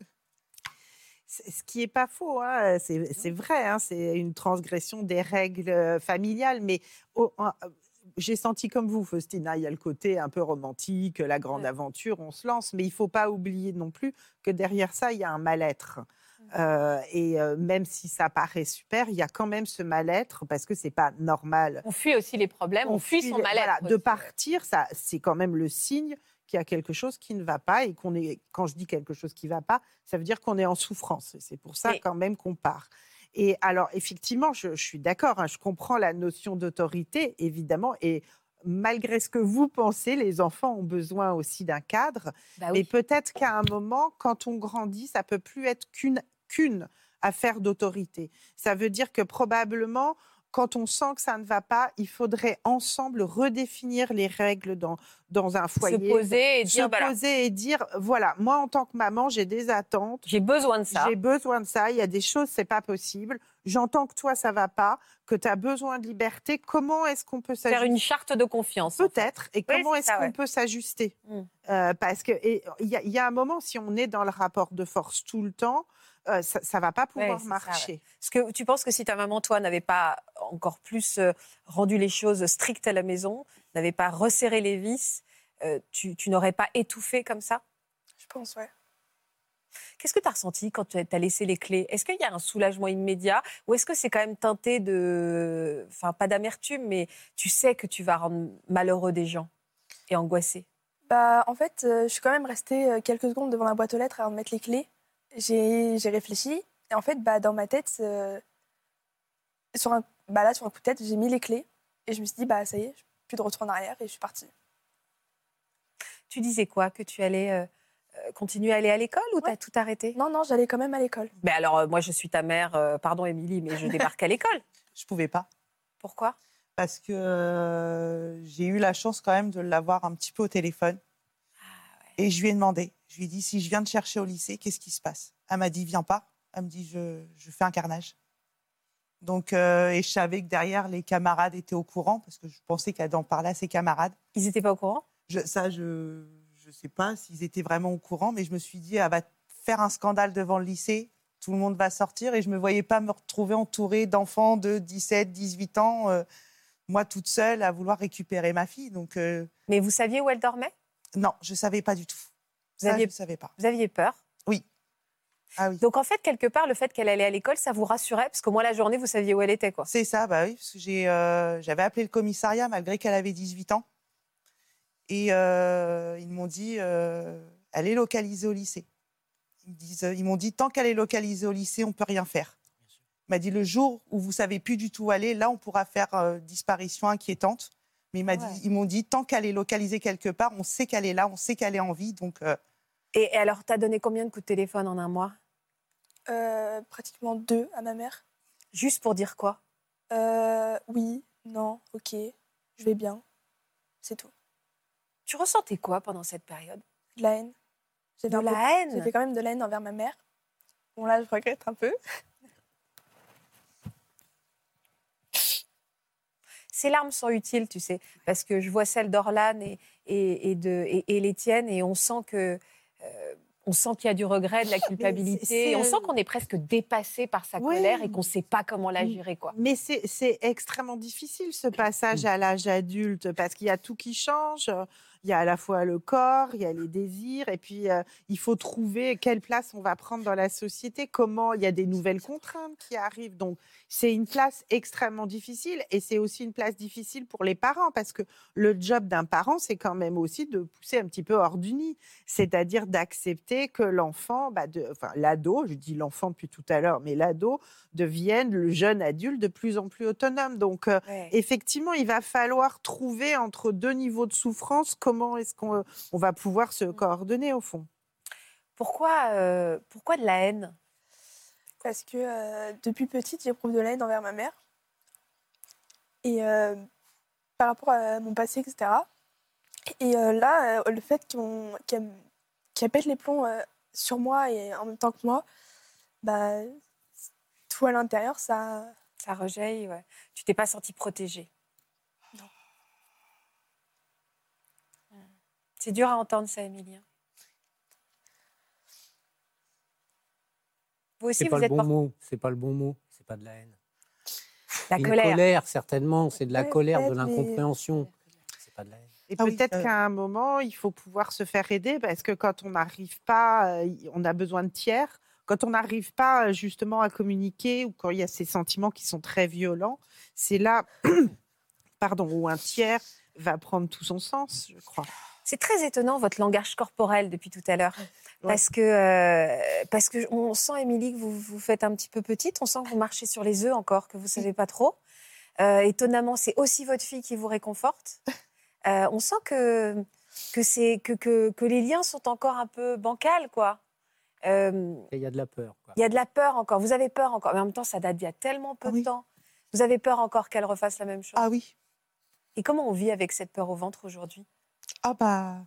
C'est- Ce qui n'est pas faux, hein, c'est c'est vrai, hein, c'est une transgression des règles euh, familiales, mais au- en- euh, j'ai senti comme vous, Faustina, il y a le côté un peu romantique, la grande Ouais. aventure, on se lance, mais il ne faut pas oublier non plus que derrière ça, il y a un mal-être. Euh, et euh, même si ça paraît super, il y a quand même ce mal-être parce que c'est pas normal. On fuit aussi les problèmes, on, fuit son les- mal-être. voilà, de aussi. partir, ça, c'est quand même le signe qu'il y a quelque chose qui ne va pas et qu'on est. Quand je dis quelque chose qui ne va pas, ça veut dire qu'on est en souffrance. Et c'est pour ça Oui. quand même qu'on part. Et alors, effectivement, je, je suis d'accord. hein, je comprends la notion d'autorité, évidemment, et malgré ce que vous pensez, les enfants ont besoin aussi d'un cadre. Bah Mais oui. peut-être qu'à un moment, quand on grandit, ça peut plus être qu'une qu'une affaire d'autorité. Ça veut dire que probablement, quand on sent que ça ne va pas, il faudrait ensemble redéfinir les règles dans, dans un foyer. Se poser et Se dire, voilà, poser et dire, voilà, moi en tant que maman, j'ai des attentes. j'ai besoin de ça. J'ai besoin de ça. Il y a des choses, c'est pas possible. J'entends que toi, ça va pas, que tu as besoin de liberté. Comment est-ce qu'on peut Faire s'ajuster? une charte de confiance. en fait. Peut-être. Et Oui, comment c'est est-ce ça, qu'on ouais. peut s'ajuster? Mm. Euh, Parce qu'il y, a- il y a un moment, si on est dans le rapport de force tout le temps, euh, ça ne va pas pouvoir Ouais, c'est ça, marcher. ouais. Est-ce que tu penses que si ta maman, toi, n'avait pas encore plus euh, rendu les choses strictes à la maison, n'avait pas resserré les vis, euh, tu, tu n'aurais pas étouffé comme ça? Je pense, ouais. Qu'est-ce que tu as ressenti quand tu as laissé les clés? Est-ce qu'il y a un soulagement immédiat ou est-ce que c'est quand même teinté de... Enfin, pas d'amertume, mais tu sais que tu vas rendre malheureux des gens et angoissés? Bah, en fait, euh, je suis quand même restée euh, quelques secondes devant la boîte aux lettres avant de mettre les clés. J'ai j'ai réfléchi. Et en fait, bah, dans ma tête, euh, sur un, bah, là, sur un coup de tête, j'ai mis les clés. Et je me suis dit, bah, ça y est, plus de retour en arrière et je suis partie. Tu disais quoi? Que tu allais euh, euh, continuer à aller à l'école ou Ouais. tu as tout arrêté? Non, non, j'allais quand même à l'école. Mais alors, euh, moi, je suis ta mère, euh, pardon Émilie, mais je débarque à l'école. Je pouvais pas. Pourquoi? Parce que euh, j'ai eu la chance quand même de l'avoir un petit peu au téléphone. Et je lui ai demandé, je lui ai dit, si je viens te chercher au lycée, qu'est-ce qui se passe? Elle m'a dit, viens pas. Elle me dit, je, je fais un carnage. Donc, euh, et je savais que derrière, les camarades étaient au courant, parce que je pensais qu'elle en parlait à ses camarades. Ils n'étaient pas au courant? Je, ça, je ne sais pas s'ils étaient vraiment au courant, mais je me suis dit, elle va faire un scandale devant le lycée, tout le monde va sortir, et je ne me voyais pas me retrouver entourée d'enfants de dix-sept, dix-huit ans, euh, moi toute seule, à vouloir récupérer ma fille. Donc, euh, Mais vous saviez où elle dormait? non, je ne savais pas du tout. Vous Ça, aviez- je ne savais pas. Vous aviez peur? Oui. Ah oui. Donc en fait, quelque part, le fait qu'elle allait à l'école, ça vous rassurait? Parce qu'au moins la journée, vous saviez où elle était, quoi. C'est ça, bah oui, parce que j'ai, euh, j'avais appelé le commissariat malgré qu'elle avait dix-huit ans. Et euh, ils m'ont dit, euh, elle est localisée au lycée. Ils, me disent, ils m'ont dit, tant qu'elle est localisée au lycée, on ne peut rien faire. Il m'a dit, le jour où vous ne savez plus du tout où aller, là, on pourra faire euh, disparition inquiétante. Mais il m'a Ah dit, ouais. ils m'ont dit, tant qu'elle est localisée quelque part, on sait qu'elle est là, on sait qu'elle est en vie. Donc, euh, Et, et alors, t'as donné combien de coups de téléphone en un mois? Euh, pratiquement deux à ma mère. Juste pour dire quoi? Euh, oui, non, ok, je vais bien. C'est tout. Tu ressentais quoi pendant cette période? De la haine. J'avais De un peu- la haine? J'avais quand même de la haine envers ma mère. Bon, là, je regrette un peu. Ces larmes sont utiles, tu sais, parce que je vois celles d'Orlane et, et, et, de, et, et les tiennes, et on sent que... euh, on sent qu'il y a du regret, de la culpabilité. c'est- On sent qu'on est presque dépassé par sa Oui. colère et qu'on ne sait pas comment la gérer, quoi. Mais c'est c'est extrêmement difficile ce passage à l'âge adulte parce qu'il y a tout qui change. Il y a à la fois le corps, il y a les désirs, et puis euh, il faut trouver quelle place on va prendre dans la société, comment il y a des nouvelles contraintes qui arrivent. Donc c'est une place extrêmement difficile et c'est aussi une place difficile pour les parents parce que le job d'un parent, c'est quand même aussi de pousser un petit peu hors du nid, c'est-à-dire d'accepter que l'enfant, bah de, enfin l'ado, je dis l'enfant depuis tout à l'heure, mais l'ado devienne le jeune adulte de plus en plus autonome. Donc euh, Ouais. effectivement, il va falloir trouver entre deux niveaux de souffrance comment est-ce qu'on on va pouvoir se coordonner au fond. Pourquoi, euh, pourquoi de la haine? Parce que euh, depuis petite, j'éprouve de la haine envers ma mère. Et euh, par rapport à mon passé, et cetera. Et euh, là, euh, le fait qu'on, qu'elle, qu'elle pète les plombs euh, sur moi et en même temps que moi, bah, tout à l'intérieur, ça... Ça rejaillit, ouais. Tu t'es pas sentie protégée? C'est dur à entendre ça, Émilie. Vous aussi, C'est vous pas le êtes bon por- mot. C'est pas le bon mot. C'est pas de la haine. la Une colère. colère, certainement. C'est de la Ouais, colère, de peut-être, mais- l'incompréhension. C'est pas de la haine. Et Ah oui, peut-être euh, qu'à un moment, il faut pouvoir se faire aider parce que quand on n'arrive pas, euh, on a besoin de tiers. Quand on n'arrive pas euh, justement à communiquer ou quand il y a ces sentiments qui sont très violents, c'est là, pardon, où un tiers va prendre tout son sens, je crois. C'est très étonnant, votre langage corporel depuis tout à l'heure. Ouais. Parce que, euh, parce que on sent, Émilie, que vous vous faites un petit peu petite. On sent que vous marchez sur les œufs encore, que vous ne savez pas trop. Euh, étonnamment, c'est aussi votre fille qui vous réconforte. Euh, on sent que, que, c'est, que, que, que les liens sont encore un peu bancals, quoi. Euh, Et il y a de la peur, quoi. Il y a de la peur encore. Vous avez peur encore. Mais en même temps, ça date d'il y a tellement peu Ah oui. de temps. Vous avez peur encore qu'elle refasse la même chose. Ah oui. Et comment on vit avec cette peur au ventre aujourd'hui? Ah bah,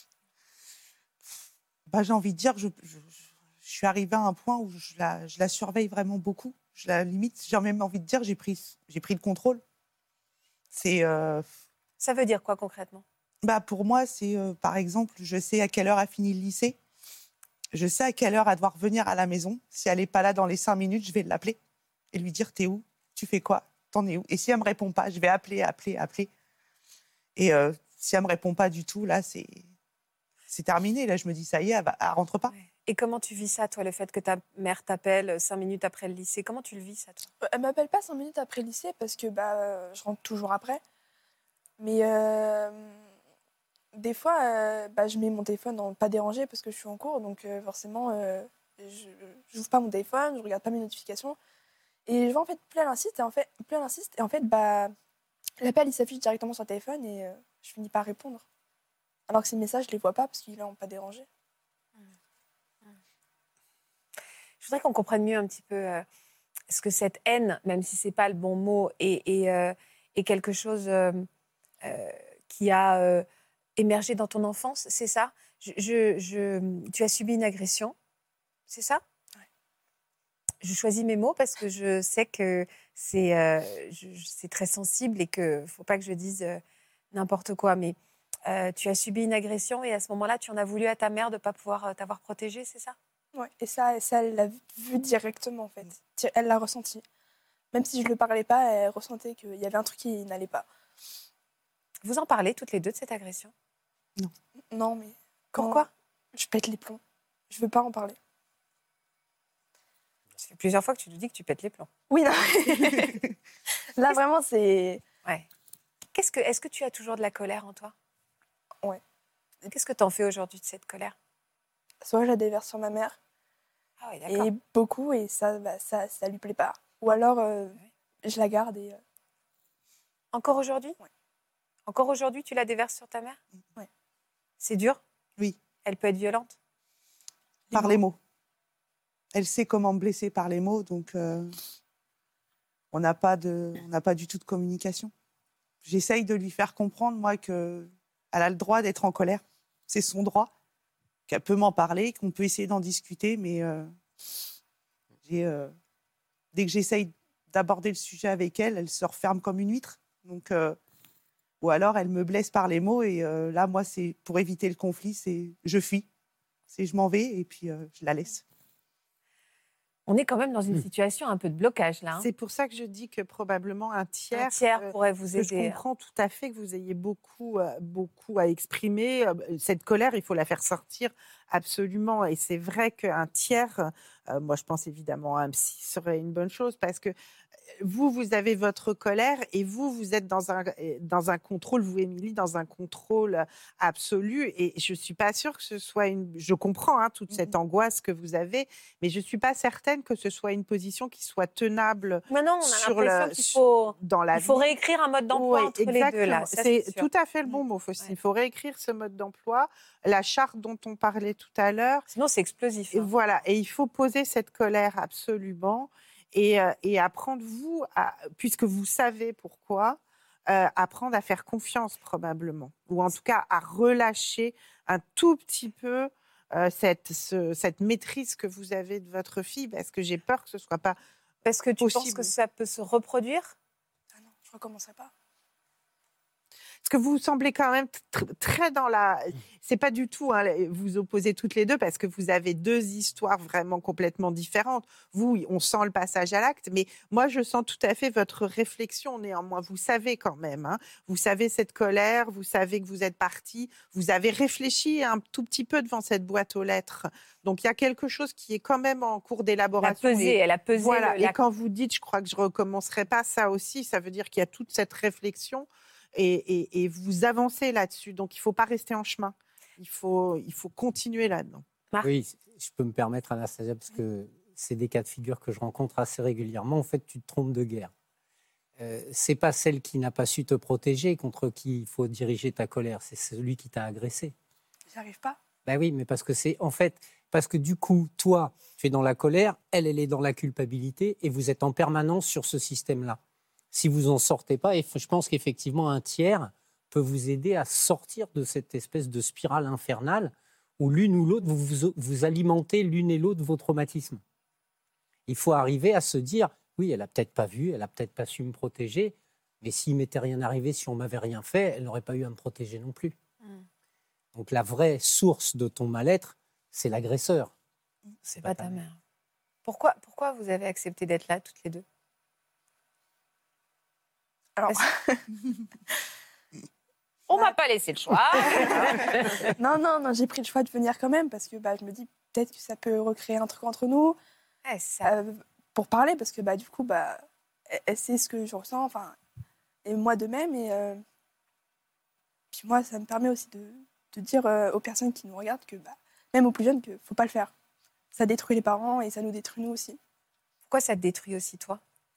bah j'ai envie de dire, je, je, je suis arrivée à un point où je la, je la surveille vraiment beaucoup. Je la limite, j'ai même envie de dire, j'ai pris, j'ai pris le contrôle. C'est, euh, Ça veut dire quoi concrètement? bah pour moi, c'est euh, par exemple, je sais à quelle heure a fini le lycée. Je sais à quelle heure elle doit revenir à la maison. Si elle n'est pas là dans les cinq minutes, je vais l'appeler et lui dire t'es où? Tu fais quoi? T'en es où? Et si elle me répond pas, je vais appeler, appeler, appeler. Et euh, si elle me répond pas du tout, là, c'est c'est terminé. Là, je me dis ça y est, elle, va, elle rentre pas. Ouais. Et comment tu vis ça, toi, le fait que ta mère t'appelle cinq minutes après le lycée? Comment tu le vis, ça, toi? Elle m'appelle pas cinq minutes après le lycée parce que bah, euh, je rentre toujours après. Mais euh, des fois, euh, bah, je mets mon téléphone en pas déranger parce que je suis en cours. Donc euh, forcément, euh, je n'ouvre pas mon téléphone, je regarde pas mes notifications. Et je vois en fait, plus elle insiste, et en fait, plus elle insiste, et en fait, bah, l'appel il s'affiche directement sur le téléphone et euh, je finis par répondre. Alors que ces messages, je les vois pas parce qu'il est en pas dérangé. Je voudrais qu'on comprenne mieux un petit peu euh, ce que cette haine, même si c'est pas le bon mot, est, est, euh, est quelque chose euh, euh, qui a euh, émergé dans ton enfance, c'est ça? je, je, je, Tu as subi une agression, c'est ça? Ouais. Je choisis mes mots parce que je sais que c'est, euh, je, c'est très sensible et qu'il ne faut pas que je dise euh, n'importe quoi, mais euh, tu as subi une agression et à ce moment-là, tu en as voulu à ta mère de ne pas pouvoir euh, t'avoir protégée, c'est ça? Ouais. Et ça, ça, elle l'a vu directement, en fait. Di- Elle l'a ressenti. Même si je ne le parlais pas, elle ressentait qu'il y avait un truc qui n'allait pas. Vous en parlez toutes les deux de cette agression? Non, mais... quand Pourquoi? Je pète les plombs. Je veux pas en parler. Ça fait plusieurs fois que tu nous dis que tu pètes les plombs. Oui, non. Là, vraiment, c'est... Ouais. Qu'est-ce que, est-ce que tu as toujours de la colère en toi? Ouais. Qu'est-ce que tu en fais aujourd'hui de cette colère? Soit je la déverse sur ma mère, Ah oui, d'accord. et beaucoup, et ça, bah, ça, ça lui plaît pas. Ou alors, euh, je la garde et... euh, Encore aujourd'hui? Ouais. Encore aujourd'hui, tu la déverses sur ta mère? Ouais. C'est dur? Oui, Elle peut être violente? par les mots. Elle sait comment me blesser par les mots, donc euh, on n'a pas de, on n'a pas du tout de communication. J'essaye de lui faire comprendre, moi, qu'elle a le droit d'être en colère. C'est son droit, qu'elle peut m'en parler, qu'on peut essayer d'en discuter, mais euh, j'ai, euh, dès que j'essaye d'aborder le sujet avec elle, elle se referme comme une huître. Donc, euh, ou alors, elle me blesse par les mots, et euh, là, moi, c'est pour éviter le conflit, c'est je fuis. C'est je m'en vais, et puis euh, je la laisse. On est quand même dans une situation un peu de blocage, là. hein. C'est pour ça que je dis que probablement un tiers, Un tiers euh, pourrait vous que je aider. comprends tout à fait que vous ayez beaucoup, euh, beaucoup à exprimer. Euh, Cette colère, il faut la faire sortir absolument. Et c'est vrai qu'un tiers, euh, moi je pense évidemment à un psy serait une bonne chose parce que vous, vous avez votre colère et vous, vous êtes dans un, dans un contrôle, vous, Émilie, dans un contrôle absolu. Et je ne suis pas sûre que ce soit une... Je comprends hein, toute cette angoisse que vous avez, mais je ne suis pas certaine que ce soit une position qui soit tenable Maintenant, on a sur l'impression le- qu'il faut, dans la il faut vie. réécrire un mode d'emploi Oui, entre les deux, là. exactement. Ça, C'est c'est sûr. tout à fait le bon mot, Faustine. Il Ouais. faut réécrire ce mode d'emploi. La charte dont on parlait tout à l'heure, Sinon, c'est explosif. et hein. voilà, et il faut poser cette colère absolument et, euh, et apprendre, vous, à, puisque vous savez pourquoi, euh, apprendre à faire confiance probablement, ou en tout cas à relâcher un tout petit peu euh, cette, ce- cette maîtrise que vous avez de votre fille, parce que j'ai peur que ce ne soit pas Parce que tu penses possible. que ça peut se reproduire? Ah non, je recommencerai pas. Parce que vous semblez quand même tr- très dans la... C'est pas du tout, hein, vous opposez toutes les deux parce que vous avez deux histoires vraiment complètement différentes. Vous, on sent le passage à l'acte, mais moi, je sens tout à fait votre réflexion néanmoins. Vous savez quand même, hein, vous savez cette colère, vous savez que vous êtes parti, vous avez réfléchi un tout petit peu devant cette boîte aux lettres. Donc, il y a quelque chose qui est quand même en cours d'élaboration. Elle a pesé, et, elle a pesé. Voilà. Le, la... Et quand vous dites, je crois que je recommencerai pas, ça aussi, ça veut dire qu'il y a toute cette réflexion et, et, et vous avancez là-dessus. Donc, il faut pas rester en chemin. Il faut, il faut continuer là-dedans. Marc ? Oui, je peux me permettre, Anastasia, parce que c'est des cas de figure que je rencontre assez régulièrement. En fait, tu te trompes de guerre. Euh, c'est pas celle qui n'a pas su te protéger contre qui il faut diriger ta colère. C'est celui qui t'a agressé. J'arrive pas. Ben oui, mais parce que c'est en fait parce que du coup, toi, tu es dans la colère, elle, elle est dans la culpabilité, et vous êtes en permanence sur ce système-là. Si vous en sortez pas, et je pense qu'effectivement un tiers peut vous aider à sortir de cette espèce de spirale infernale où l'une ou l'autre, vous, vous, vous alimentez l'une et l'autre vos traumatismes. Il faut arriver à se dire, oui, elle n'a peut-être pas vu, elle n'a peut-être pas su me protéger, mais s'il ne m'était rien arrivé, si on ne m'avait rien fait, elle n'aurait pas eu à me protéger non plus. Mm. Donc la vraie source de ton mal-être, c'est l'agresseur. C'est pas, pas ta mère. mère. Pourquoi, pourquoi vous avez accepté d'être là, toutes les deux ? Alors... On m'a pas laissé le choix. non, non, non, j'ai pris le choix de venir quand même parce que bah, je me dis peut-être que ça peut recréer un truc entre nous. Ouais, ça... euh, pour parler, parce que bah, du coup, bah, elle sait ce que je ressens, enfin, et moi de même. Et euh, puis moi, ça me permet aussi de, de dire euh, aux personnes qui nous regardent, que bah, même aux plus jeunes, qu'il ne faut pas le faire. Ça détruit les parents et ça nous détruit nous aussi. Pourquoi ça te détruit aussi, toi ?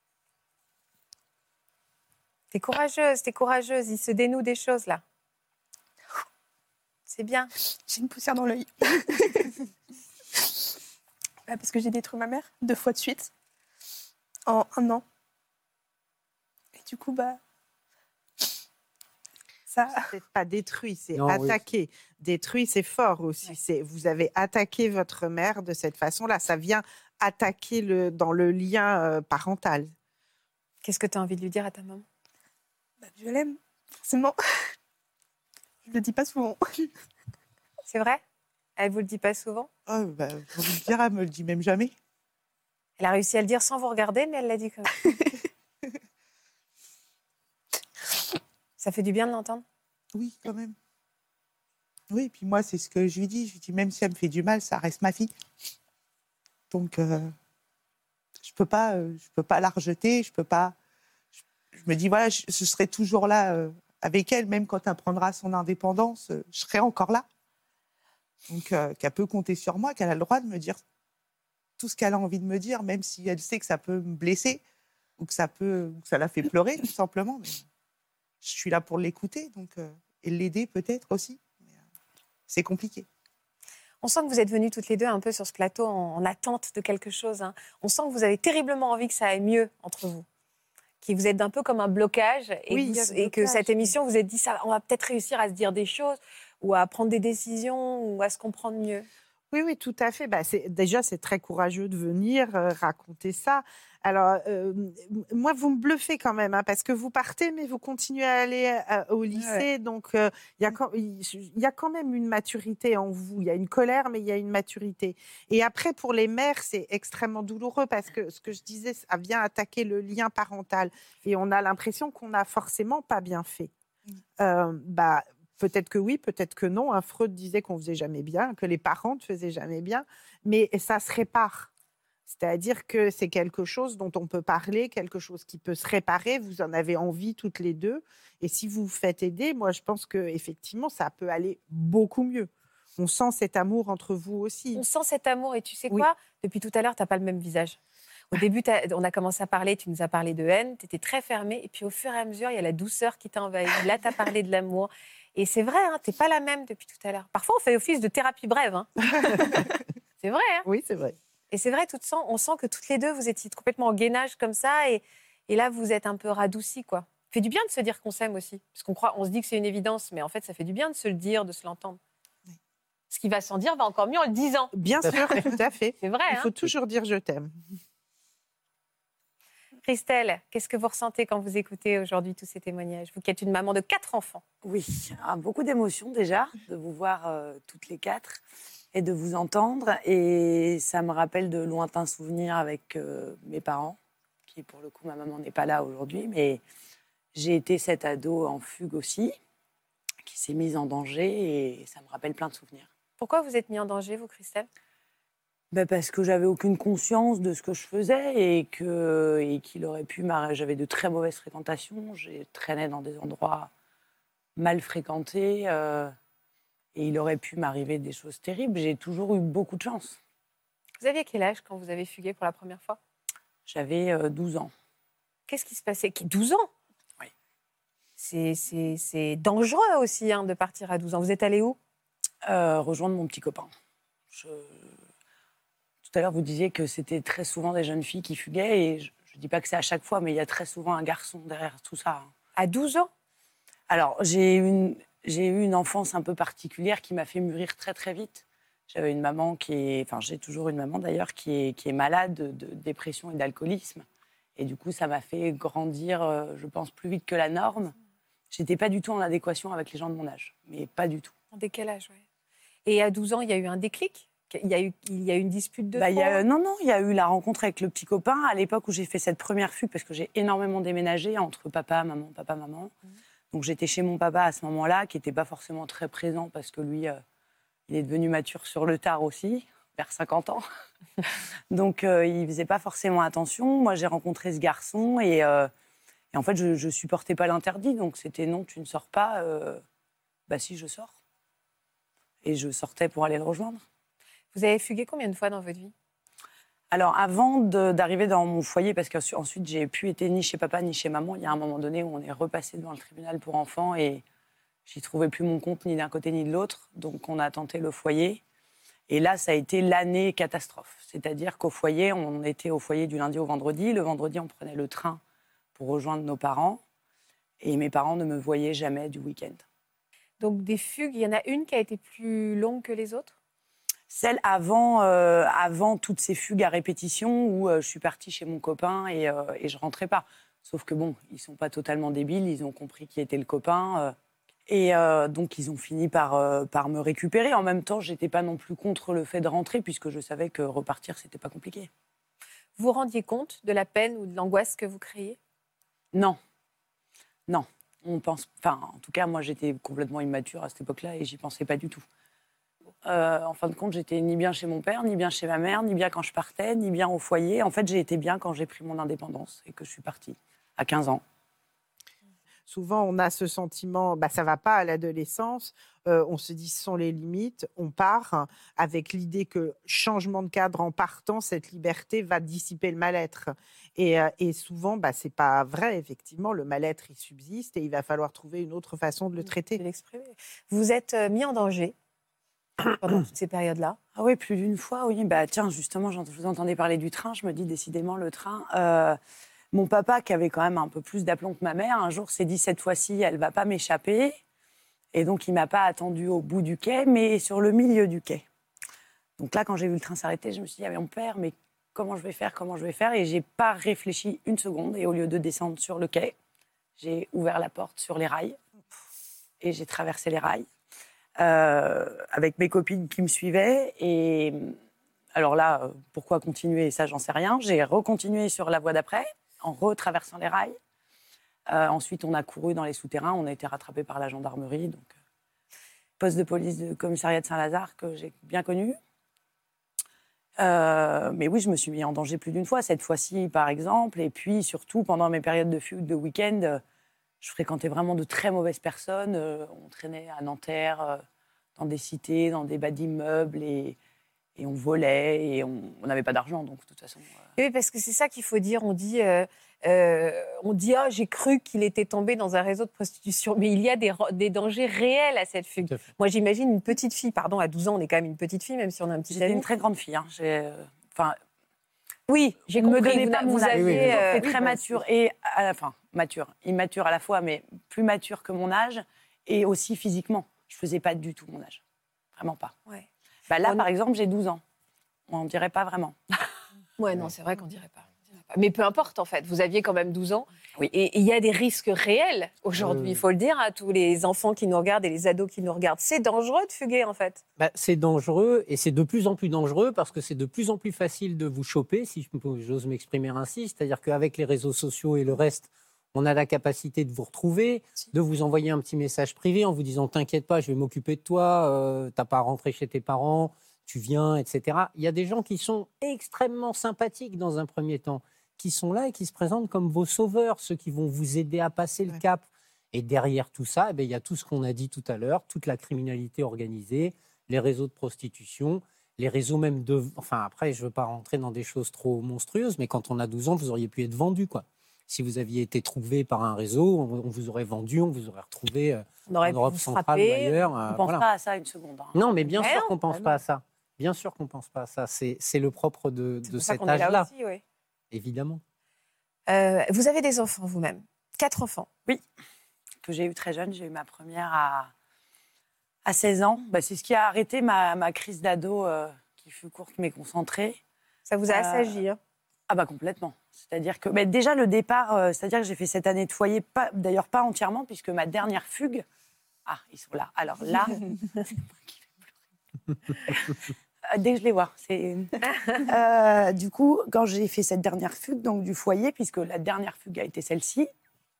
T'es courageuse, t'es courageuse. Il se dénoue des choses, là. C'est bien. J'ai une poussière dans l'œil. bah, parce que j'ai détruit ma mère deux fois de suite, en un an. Et du coup, bah... ça... C'est pas détruit, c'est non, attaqué. Oui. Détruit, c'est fort aussi. Oui. C'est, vous avez attaqué votre mère de cette façon-là. Ça vient attaquer le, dans le lien euh, parental. Qu'est-ce que tu as envie de lui dire à ta maman ? Bah, je l'aime, forcément. Je le dis pas souvent. C'est vrai ? Elle vous le dit pas souvent ? Oh, bah, pour lui dire, elle me le dit même jamais. Elle a réussi à le dire sans vous regarder, mais elle l'a dit quand même. Ça fait du bien de l'entendre ? Oui, quand même. Oui, et puis moi, c'est ce que je lui dis. Je lui dis, même si elle me fait du mal, ça reste ma fille. Donc, euh, je peux pas, euh, je peux pas la rejeter, je peux pas... Je me dis, voilà, je, je serai toujours là euh, avec elle, même quand elle prendra son indépendance, euh, je serai encore là. Donc, euh, qu'elle peut compter sur moi, qu'elle a le droit de me dire tout ce qu'elle a envie de me dire, même si elle sait que ça peut me blesser ou que ça, peut, ou que ça la fait pleurer, tout simplement. Mais je suis là pour l'écouter donc, euh, et l'aider peut-être aussi. Mais, euh, c'est compliqué. On sent que vous êtes venues toutes les deux un peu sur ce plateau en, en attente de quelque chose. Hein. On sent que vous avez terriblement envie que ça aille mieux entre vous. Que vous êtes un peu comme un blocage et, oui, vous, blocage, et que cette émission vous êtes dit ça, on va peut-être réussir à se dire des choses ou à prendre des décisions ou à se comprendre mieux. Oui, oui, tout à fait. Bah, c'est, déjà, c'est très courageux de venir euh, raconter ça. Alors, euh, moi, vous me bluffez quand même, hein, parce que vous partez, mais vous continuez à aller euh, au lycée. Ouais. Donc, il euh, y, y a quand même une maturité en vous. Il y a une colère, mais il y a une maturité. Et après, pour les mères, c'est extrêmement douloureux, parce que ce que je disais, ça vient attaquer le lien parental. Et on a l'impression qu'on n'a forcément pas bien fait. Mmh. Euh, bah, Peut-être que oui, peut-être que non. Hein, Freud disait qu'on ne faisait jamais bien, que les parents ne faisaient jamais bien, mais ça se répare. C'est-à-dire que c'est quelque chose dont on peut parler, quelque chose qui peut se réparer. Vous en avez envie toutes les deux. Et si vous vous faites aider, moi, je pense qu'effectivement, ça peut aller beaucoup mieux. On sent cet amour entre vous aussi. On sent cet amour. Et tu sais quoi ? Oui. Depuis tout à l'heure, tu n'as pas le même visage. Au début, on a commencé à parler, tu nous as parlé de haine, tu étais très fermée. Et puis, au fur et à mesure, il y a la douceur qui t'a envahi. Là, tu as parlé de l'amour. Et c'est vrai, hein, tu n'es pas la même depuis tout à l'heure. Parfois, on fait office de thérapie brève. Hein. C'est vrai. Hein. Oui, c'est vrai. Et c'est vrai, tout sens, on sent que toutes les deux, vous étiez complètement en gainage comme ça. Et, et là, vous êtes un peu radoucis, quoi. Ça fait du bien de se dire qu'on s'aime aussi. Parce qu'on croit, on se dit que c'est une évidence. Mais en fait, ça fait du bien de se le dire, de se l'entendre. Oui. Ce qui va sans dire va encore mieux en le disant. Bien sûr, tout à fait. C'est vrai. Il faut hein. toujours dire « je t'aime ». Christelle, qu'est-ce que vous ressentez quand vous écoutez aujourd'hui tous ces témoignages? Vous qui êtes une maman de quatre enfants. Oui, ah, beaucoup d'émotions déjà, de vous voir euh, toutes les quatre et de vous entendre. Et ça me rappelle de lointains souvenirs avec euh, mes parents, qui pour le coup, ma maman n'est pas là aujourd'hui, mais j'ai été cette ado en fugue aussi, qui s'est mise en danger et ça me rappelle plein de souvenirs. Pourquoi vous êtes mis en danger, vous, Christelle? Ben parce que j'avais aucune conscience de ce que je faisais et que et qu'il aurait pu m'arrêter. J'avais de très mauvaises fréquentations. J'ai traîné dans des endroits mal fréquentés euh, et il aurait pu m'arriver des choses terribles. J'ai toujours eu beaucoup de chance. Vous aviez quel âge quand vous avez fugué pour la première fois? J'avais euh, douze ans. Qu'est-ce qui se passait? douze ans? Oui. C'est, c'est, c'est dangereux aussi hein, de partir à douze ans. Vous êtes allé où? euh, Rejoindre mon petit copain. Je... Tout à l'heure, vous disiez que c'était très souvent des jeunes filles qui fuguaient. Et je ne dis pas que c'est à chaque fois, mais il y a très souvent un garçon derrière tout ça. À douze ans? Alors, j'ai eu, une, j'ai eu une enfance un peu particulière qui m'a fait mûrir très, très vite. J'avais une maman qui est... Enfin, j'ai toujours une maman, d'ailleurs, qui est, qui est malade de, de dépression et d'alcoolisme. Et du coup, ça m'a fait grandir, euh, je pense, plus vite que la norme. Je n'étais pas du tout en adéquation avec les gens de mon âge. Mais pas du tout. En décalage, oui. Et à douze ans, il y a eu un déclic? Il y a eu, il y a eu une dispute de bah, trop? y a, Non, non, il y a eu la rencontre avec le petit copain à l'époque où j'ai fait cette première fugue parce que j'ai énormément déménagé entre papa, maman, papa, maman. Mmh. Donc j'étais chez mon papa à ce moment-là, qui n'était pas forcément très présent parce que lui, euh, il est devenu mature sur le tard aussi, vers cinquante ans. Donc euh, il ne faisait pas forcément attention. Moi, j'ai rencontré ce garçon et, euh, et en fait, je ne supportais pas l'interdit. Donc c'était non, tu ne sors pas. Euh, bah si, je sors. Et je sortais pour aller le rejoindre. Vous avez fugué combien de fois dans votre vie? Alors, avant de, d'arriver dans mon foyer, parce qu'ensuite, j'ai pu être ni chez papa ni chez maman, il y a un moment donné où on est repassé devant le tribunal pour enfants et j'y trouvais plus mon compte ni d'un côté ni de l'autre. Donc, on a tenté le foyer. Et là, ça a été l'année catastrophe. C'est-à-dire qu'au foyer, on était au foyer du lundi au vendredi. Le vendredi, on prenait le train pour rejoindre nos parents. Et mes parents ne me voyaient jamais du week-end. Donc, des fugues, il y en a une qui a été plus longue que les autres? Celle avant, euh, avant toutes ces fugues à répétition où euh, je suis partie chez mon copain et, euh, et je rentrais pas. Sauf que bon, ils sont pas totalement débiles, ils ont compris qui était le copain. Euh, et euh, donc, ils ont fini par, euh, par me récupérer. En même temps, j'étais pas non plus contre le fait de rentrer puisque je savais que repartir, c'était pas compliqué. Vous vous rendiez compte de la peine ou de l'angoisse que vous créiez? Non. Non. On pense... Enfin, en tout cas, moi, j'étais complètement immature à cette époque-là et j'y pensais pas du tout. Euh, en fin de compte, j'étais ni bien chez mon père, ni bien chez ma mère, ni bien quand je partais, ni bien au foyer. En fait, j'ai été bien quand j'ai pris mon indépendance et que je suis partie à quinze ans. Souvent, on a ce sentiment, bah, ça ne va pas à l'adolescence, euh, on se dit ce sont les limites, on part avec l'idée que changement de cadre en partant, cette liberté va dissiper le mal-être. Et, euh, et souvent, bah, ce n'est pas vrai, effectivement, le mal-être, il subsiste et il va falloir trouver une autre façon de le traiter. De l'exprimer. Vous êtes euh, mis en danger pendant toutes ces périodes-là? Ah oui, plus d'une fois, oui. Bah, tiens, justement, je vous entendais parler du train, je me dis décidément le train... Euh... Mon papa, qui avait quand même un peu plus d'aplomb que ma mère, un jour s'est dit cette fois-ci, elle ne va pas m'échapper. Et donc, il ne m'a pas attendu au bout du quai, mais sur le milieu du quai. Donc là, quand j'ai vu le train s'arrêter, je me suis dit, ah, mais mon père, mais comment je vais faire, comment je vais faire? Et je n'ai pas réfléchi une seconde. Et au lieu de descendre sur le quai, j'ai ouvert la porte sur les rails. Et j'ai traversé les rails euh, avec mes copines qui me suivaient. Et alors là, pourquoi continuer? Ça, j'en sais rien. J'ai recontinué sur la voie d'après, en retraversant les rails. Euh, ensuite, on a couru dans les souterrains. On a été rattrapés par la gendarmerie. Donc, poste de police du commissariat de Saint-Lazare que j'ai bien connu. Euh, mais oui, je me suis mis en danger plus d'une fois. Cette fois-ci, par exemple. Et puis, surtout, pendant mes périodes de fugue de week-end, je fréquentais vraiment de très mauvaises personnes. Euh, on traînait à Nanterre, euh, dans des cités, dans des bas d'immeubles. Et... Et on volait et on n'avait pas d'argent, donc de toute façon... Euh... Oui, parce que c'est ça qu'il faut dire. On dit, euh, euh, on dit ah, j'ai cru qu'il était tombé dans un réseau de prostitution. Mais il y a des, des dangers réels à cette fugue. Moi, j'imagine une petite fille, pardon, à douze ans, on est quand même une petite fille, même si on a un petit ami. J'étais une très grande fille. Hein. J'ai, enfin, oui, j'ai compris. Me vous, pas vous mon aviez oui, oui, oui. euh, très oui, mature et à la fin, mature, immature à la fois, mais plus mature que mon âge et aussi physiquement. Je faisais pas du tout mon âge, vraiment pas. Ouais. Bah là, on... par exemple, j'ai douze ans. On ne dirait pas vraiment. Ouais, non, c'est vrai qu'on dirait pas. Dirait Mais peu importe, en fait. Vous aviez quand même douze ans. Oui. Et il y a des risques réels aujourd'hui, il Euh. faut le dire à tous les enfants qui nous regardent et les ados qui nous regardent. C'est dangereux de fuguer, en fait. Bah, c'est dangereux et c'est de plus en plus dangereux parce que c'est de plus en plus facile de vous choper, si je- j'ose m'exprimer ainsi. C'est-à-dire qu'avec les réseaux sociaux et le reste, on a la capacité de vous retrouver, de vous envoyer un petit message privé en vous disant « T'inquiète pas, je vais m'occuper de toi, euh, t'as pas à rentrer chez tes parents, tu viens, et cetera » Il y a des gens qui sont extrêmement sympathiques dans un premier temps, qui sont là et qui se présentent comme vos sauveurs, ceux qui vont vous aider à passer le Ouais. cap. Et derrière tout ça, eh bien, il y a tout ce qu'on a dit tout à l'heure, toute la criminalité organisée, les réseaux de prostitution, les réseaux même de... Enfin, après, je ne veux pas rentrer dans des choses trop monstrueuses, mais quand on a douze ans, vous auriez pu être vendu, quoi. Si vous aviez été trouvé par un réseau, on, on vous aurait vendu, on vous aurait retrouvé euh, On aurait en pu Europe vous centrale frapper. ou ailleurs. On euh, ne pense voilà. pas à ça une seconde. hein. Non, mais bien Mais sûr non, qu'on ne pense bah pas non. à ça. Bien sûr qu'on ne pense pas à ça. C'est, c'est le propre de, C'est de pour ça cet qu'on est là âge-là, aussi, oui. évidemment. Euh, vous avez des enfants vous-même. Quatre enfants. Que j'ai eu très jeune. J'ai eu ma première à, à seize ans. Bah, c'est ce qui a arrêté ma, ma crise d'ado euh, qui fut courte mais concentrée. Ça vous a Euh, assagi, hein? Ah bah complètement. C'est-à-dire que mais déjà le départ, euh, c'est-à-dire que j'ai fait cette année de foyer, pas, d'ailleurs pas entièrement, puisque ma dernière fugue... Ah, ils sont là. Alors là, c'est moi qui vais pleurer. Euh, Dès que je les vois. C'est... Euh, du coup, quand j'ai fait cette dernière fugue donc, du foyer, puisque la dernière fugue a été celle-ci,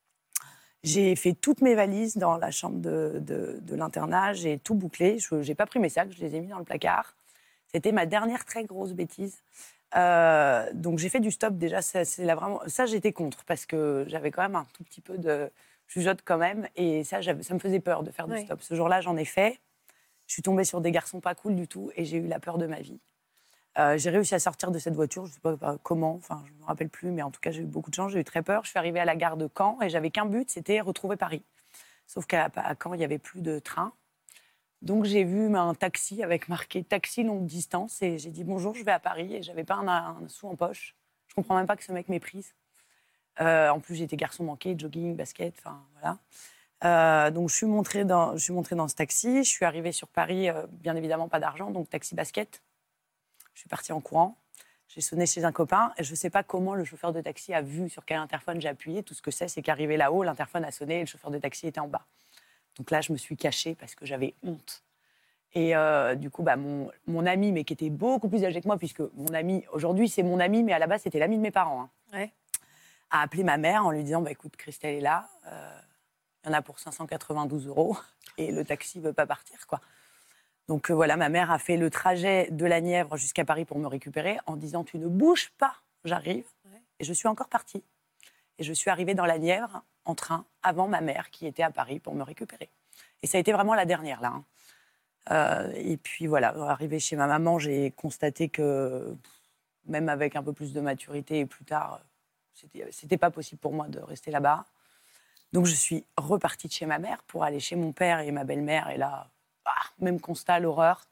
j'ai fait toutes mes valises dans la chambre de, de, de l'internat, j'ai tout bouclé, je n'ai pas pris mes sacs, je les ai mis dans le placard. C'était ma dernière très grosse bêtise. Euh, donc j'ai fait du stop déjà, ça, c'est là vraiment, ça j'étais contre parce que j'avais quand même un tout petit peu de jugeote quand même et ça, j'avais, ça me faisait peur de faire Ouais. du stop. Ce jour-là j'en ai fait, je suis tombée sur des garçons pas cool du tout et j'ai eu la peur de ma vie. Euh, j'ai réussi à sortir de cette voiture, je ne sais pas, pas comment, enfin je ne me rappelle plus, mais en tout cas j'ai eu beaucoup de chance, j'ai eu très peur. Je suis arrivée à la gare de Caen et j'avais qu'un but, c'était retrouver Paris. Sauf qu'à à Caen il n'y avait plus de train. Donc j'ai vu un taxi avec marqué taxi longue distance et j'ai dit bonjour, je vais à Paris et j'avais pas un, un sou en poche. Je comprends même pas que ce mec méprise. Euh, en plus j'étais garçon manqué, jogging, basket, enfin voilà. Euh, donc je suis montrée dans, je suis montrée dans ce taxi, je suis arrivée sur Paris, euh, bien évidemment pas d'argent, donc taxi basket. Je suis partie en courant, j'ai sonné chez un copain et je sais pas comment le chauffeur de taxi a vu sur quel interphone j'ai appuyé. Tout ce que c'est, c'est qu'arrivé là-haut, l'interphone a sonné et le chauffeur de taxi était en bas. Donc là, je me suis cachée parce que j'avais honte. Et euh, du coup, bah, mon, mon ami, mais qui était beaucoup plus âgé que moi, puisque mon ami, aujourd'hui, c'est mon ami, mais à la base, c'était l'ami de mes parents, hein, Ouais. a appelé ma mère en lui disant bah, « Écoute, Christelle est là, euh, il y en a pour cinq cent quatre-vingt-douze euros et le taxi ne veut pas partir. » quoi. Donc euh, voilà, ma mère a fait le trajet de la Nièvre jusqu'à Paris pour me récupérer en disant « Tu ne bouges pas, j'arrive. Ouais. » Et je suis encore partie. Et je suis arrivée dans la Nièvre en train avant ma mère qui était à Paris pour me récupérer. Et ça a été vraiment la dernière, là. Hein. Euh, et puis voilà, arrivée chez ma maman, j'ai constaté que même avec un peu plus de maturité et plus tard, c'était, c'était pas possible pour moi de rester là-bas. Donc je suis repartie de chez ma mère pour aller chez mon père et ma belle-mère. Et là, ah, même constat, l'horreur.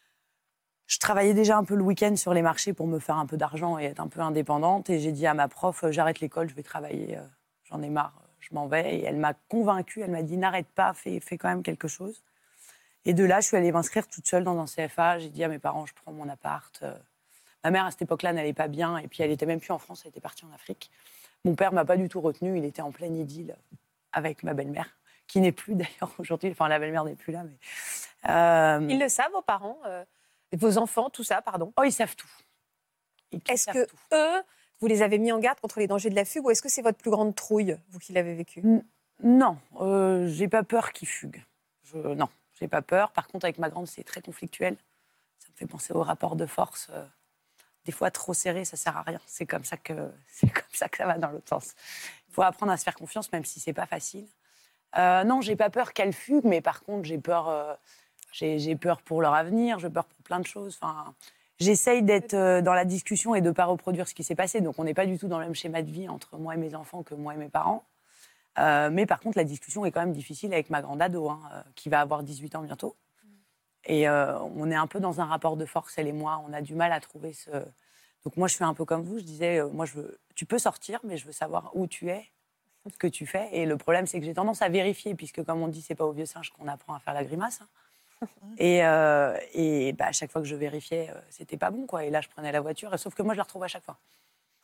Je travaillais déjà un peu le week-end sur les marchés pour me faire un peu d'argent et être un peu indépendante. Et j'ai dit à ma prof, j'arrête l'école, je vais travailler, euh, j'en ai marre, je m'en vais. Et elle m'a convaincue, elle m'a dit, n'arrête pas, fais, fais quand même quelque chose. Et de là, je suis allée m'inscrire toute seule dans un C F A. J'ai dit à mes parents, je prends mon appart. Euh, ma mère, à cette époque-là, n'allait pas bien. Et puis, elle n'était même plus en France, elle était partie en Afrique. Mon père ne m'a pas du tout retenue. Il était en pleine idylle avec ma belle-mère, qui n'est plus d'ailleurs aujourd'hui. Enfin, la belle-mère n'est plus là. Mais... Euh... Ils le savent, vos parents, euh, vos enfants, tout ça, pardon. Oh, ils savent tout. Ils Est-ce savent que tout. eux, vous les avez mis en garde contre les dangers de la fugue, ou est-ce que c'est votre plus grande trouille, vous qui l'avez vécu? N- Non, euh, j'ai pas peur qu'ils fuguent. Je... Non. J'ai pas peur. Par contre, avec ma grande, c'est très conflictuel. Ça me fait penser au rapport de force. Euh, des fois, trop serré, ça sert à rien. C'est comme ça que, c'est comme ça que ça va dans l'autre sens. Il faut apprendre à se faire confiance, même si c'est pas facile. Euh, non, j'ai pas peur qu'elle fugue, mais par contre, j'ai peur, euh, j'ai, j'ai peur pour leur avenir, j'ai peur pour plein de choses. Enfin, j'essaye d'être euh, dans la discussion et de pas reproduire ce qui s'est passé. Donc, on n'est pas du tout dans le même schéma de vie entre moi et mes enfants que moi et mes parents. Euh, mais par contre, la discussion est quand même difficile avec ma grande ado, hein, euh, qui va avoir dix-huit ans bientôt. Et euh, on est un peu dans un rapport de force, elle et moi. On a du mal à trouver ce... Donc moi, je fais un peu comme vous. Je disais, euh, moi, je veux... tu peux sortir, mais je veux savoir où tu es, ce que tu fais. Et le problème, c'est que j'ai tendance à vérifier, puisque comme on dit, c'est pas au vieux singe qu'on apprend à faire la grimace. Hein. Et, euh, et bah, à chaque fois que je vérifiais, euh, c'était pas bon, quoi. Et là, je prenais la voiture, sauf que moi, je la retrouve à chaque fois.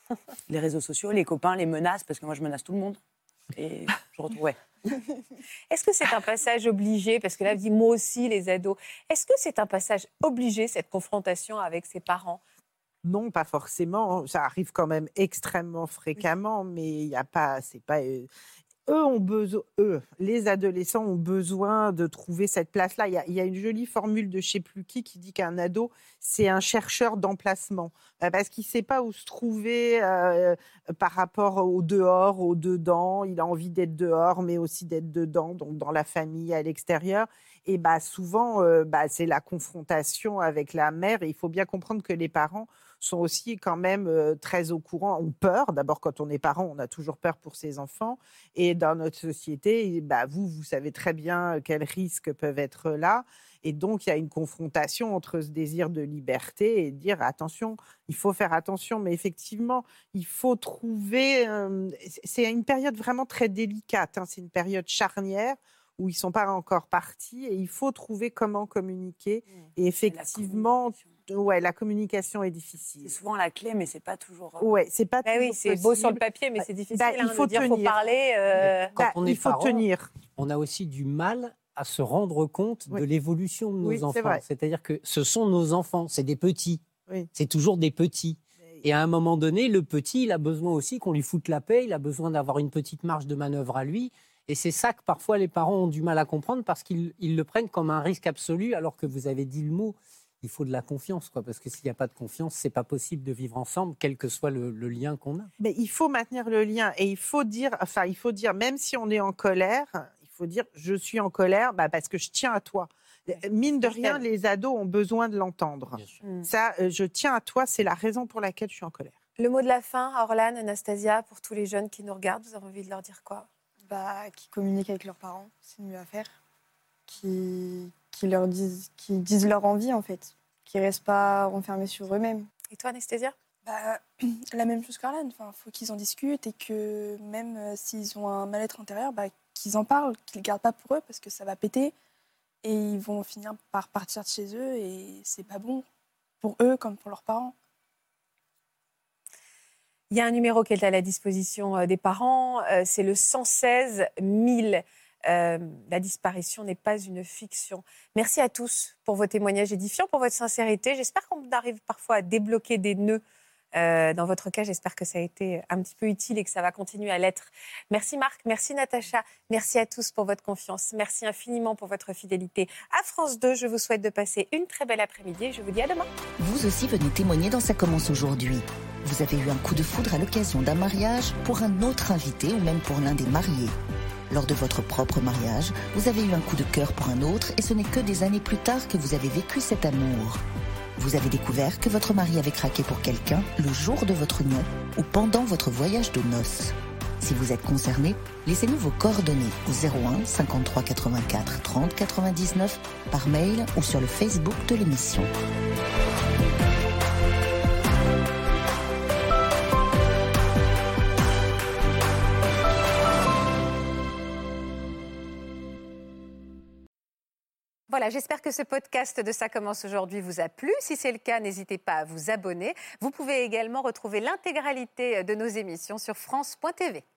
Les réseaux sociaux, les copains, les menaces, parce que moi, je menace tout le monde. Et je retrouve, ouais. Est-ce que c'est un passage obligé? Parce que là, vous dites, moi aussi, les ados. Est-ce que c'est un passage obligé, cette confrontation avec ses parents? Non, pas forcément. Ça arrive quand même extrêmement fréquemment, mais il y a pas, c'est pas. euh, Eux ont besoin, eux, les adolescents ont besoin de trouver cette place-là. Il y a, il y a une jolie formule de je sais plus qui qui dit qu'un ado, c'est un chercheur d'emplacement. Euh, parce qu'il ne sait pas où se trouver euh, par rapport au dehors, au dedans. Il a envie d'être dehors, mais aussi d'être dedans, donc dans la famille, à l'extérieur. Et bah, souvent, euh, bah, c'est la confrontation avec la mère. Et il faut bien comprendre que les parents sont aussi quand même euh, très au courant, ont peur. D'abord, quand on est parent, on a toujours peur pour ses enfants. Et dans notre société, bah, vous, vous savez très bien quels risques peuvent être là. Et donc, il y a une confrontation entre ce désir de liberté et dire attention, il faut faire attention. Mais effectivement, il faut trouver. Euh, c'est une période vraiment très délicate. Hein, c'est une période charnière où ils ne sont pas encore partis et il faut trouver comment communiquer. Et effectivement, ouais, la communication est difficile. C'est souvent la clé, mais c'est pas toujours. Ouais, c'est pas bah toujours oui, c'est beau sur le papier, mais c'est difficile. Bah, hein, il faut de dire, tenir. faut parler. Euh... Quand bah, on est il faut parent, tenir. On a aussi du mal à se rendre compte Oui. de l'évolution de nos Oui, c'est enfants. vrai. C'est-à-dire que ce sont nos enfants, c'est des petits. Oui. C'est toujours des petits. Et à un moment donné, le petit, il a besoin aussi qu'on lui foute la paix, il a besoin d'avoir une petite marge de manœuvre à lui. Et c'est ça que parfois les parents ont du mal à comprendre parce qu'ils ils le prennent comme un risque absolu, alors que vous avez dit le mot, il faut de la confiance, quoi, parce que s'il n'y a pas de confiance, c'est pas possible de vivre ensemble, quel que soit le, le lien qu'on a. Mais il faut maintenir le lien et il faut dire, enfin, il faut dire, même si on est en colère, il faut dire, je suis en colère, bah, parce que je tiens à toi. Mine de rien, les ados ont besoin de l'entendre. Ça, euh, je tiens à toi, c'est la raison pour laquelle je suis en colère. Le mot de la fin, Orlane, Anastasia, pour tous les jeunes qui nous regardent, vous avez envie de leur dire quoi? Bah, qui communiquent avec leurs parents, c'est mieux à faire. Qui, qui leur disent, qui disent leur envie, en fait. Qui ne restent pas renfermés sur eux-mêmes. Et toi, Anastasia? Bah, la même chose qu'Orlane. Enfin, faut qu'ils en discutent et que même euh, s'ils ont un mal-être intérieur, bah, qu'ils en parlent, qu'ils ne le gardent pas pour eux parce que ça va péter et ils vont finir par partir de chez eux et c'est pas bon pour eux comme pour leurs parents. Il y a un numéro qui est à la disposition des parents, c'est le cent seize mille. Euh, la disparition n'est pas une fiction. Merci à tous pour vos témoignages édifiants, pour votre sincérité. J'espère qu'on arrive parfois à débloquer des nœuds. Euh, dans votre cas, j'espère que ça a été un petit peu utile et que ça va continuer à l'être. Merci Marc, merci Natacha, merci à tous pour votre confiance. Merci infiniment pour votre fidélité à France deux. Je vous souhaite de passer une très belle après-midi et je vous dis à demain. Vous aussi venez témoigner dans Ça commence aujourd'hui. Vous avez eu un coup de foudre à l'occasion d'un mariage, pour un autre invité ou même pour l'un des mariés. Lors de votre propre mariage, vous avez eu un coup de cœur pour un autre et ce n'est que des années plus tard que vous avez vécu cet amour. Vous avez découvert que votre mari avait craqué pour quelqu'un le jour de votre union ou pendant votre voyage de noces. Si vous êtes concerné, laissez-nous vos coordonnées au zéro un cinquante-trois quatre-vingt-quatre trente quatre-vingt-dix-neuf par mail ou sur le Facebook de l'émission. Voilà, j'espère que ce podcast de Ça commence aujourd'hui vous a plu. Si c'est le cas, n'hésitez pas à vous abonner. Vous pouvez également retrouver l'intégralité de nos émissions sur France point T V.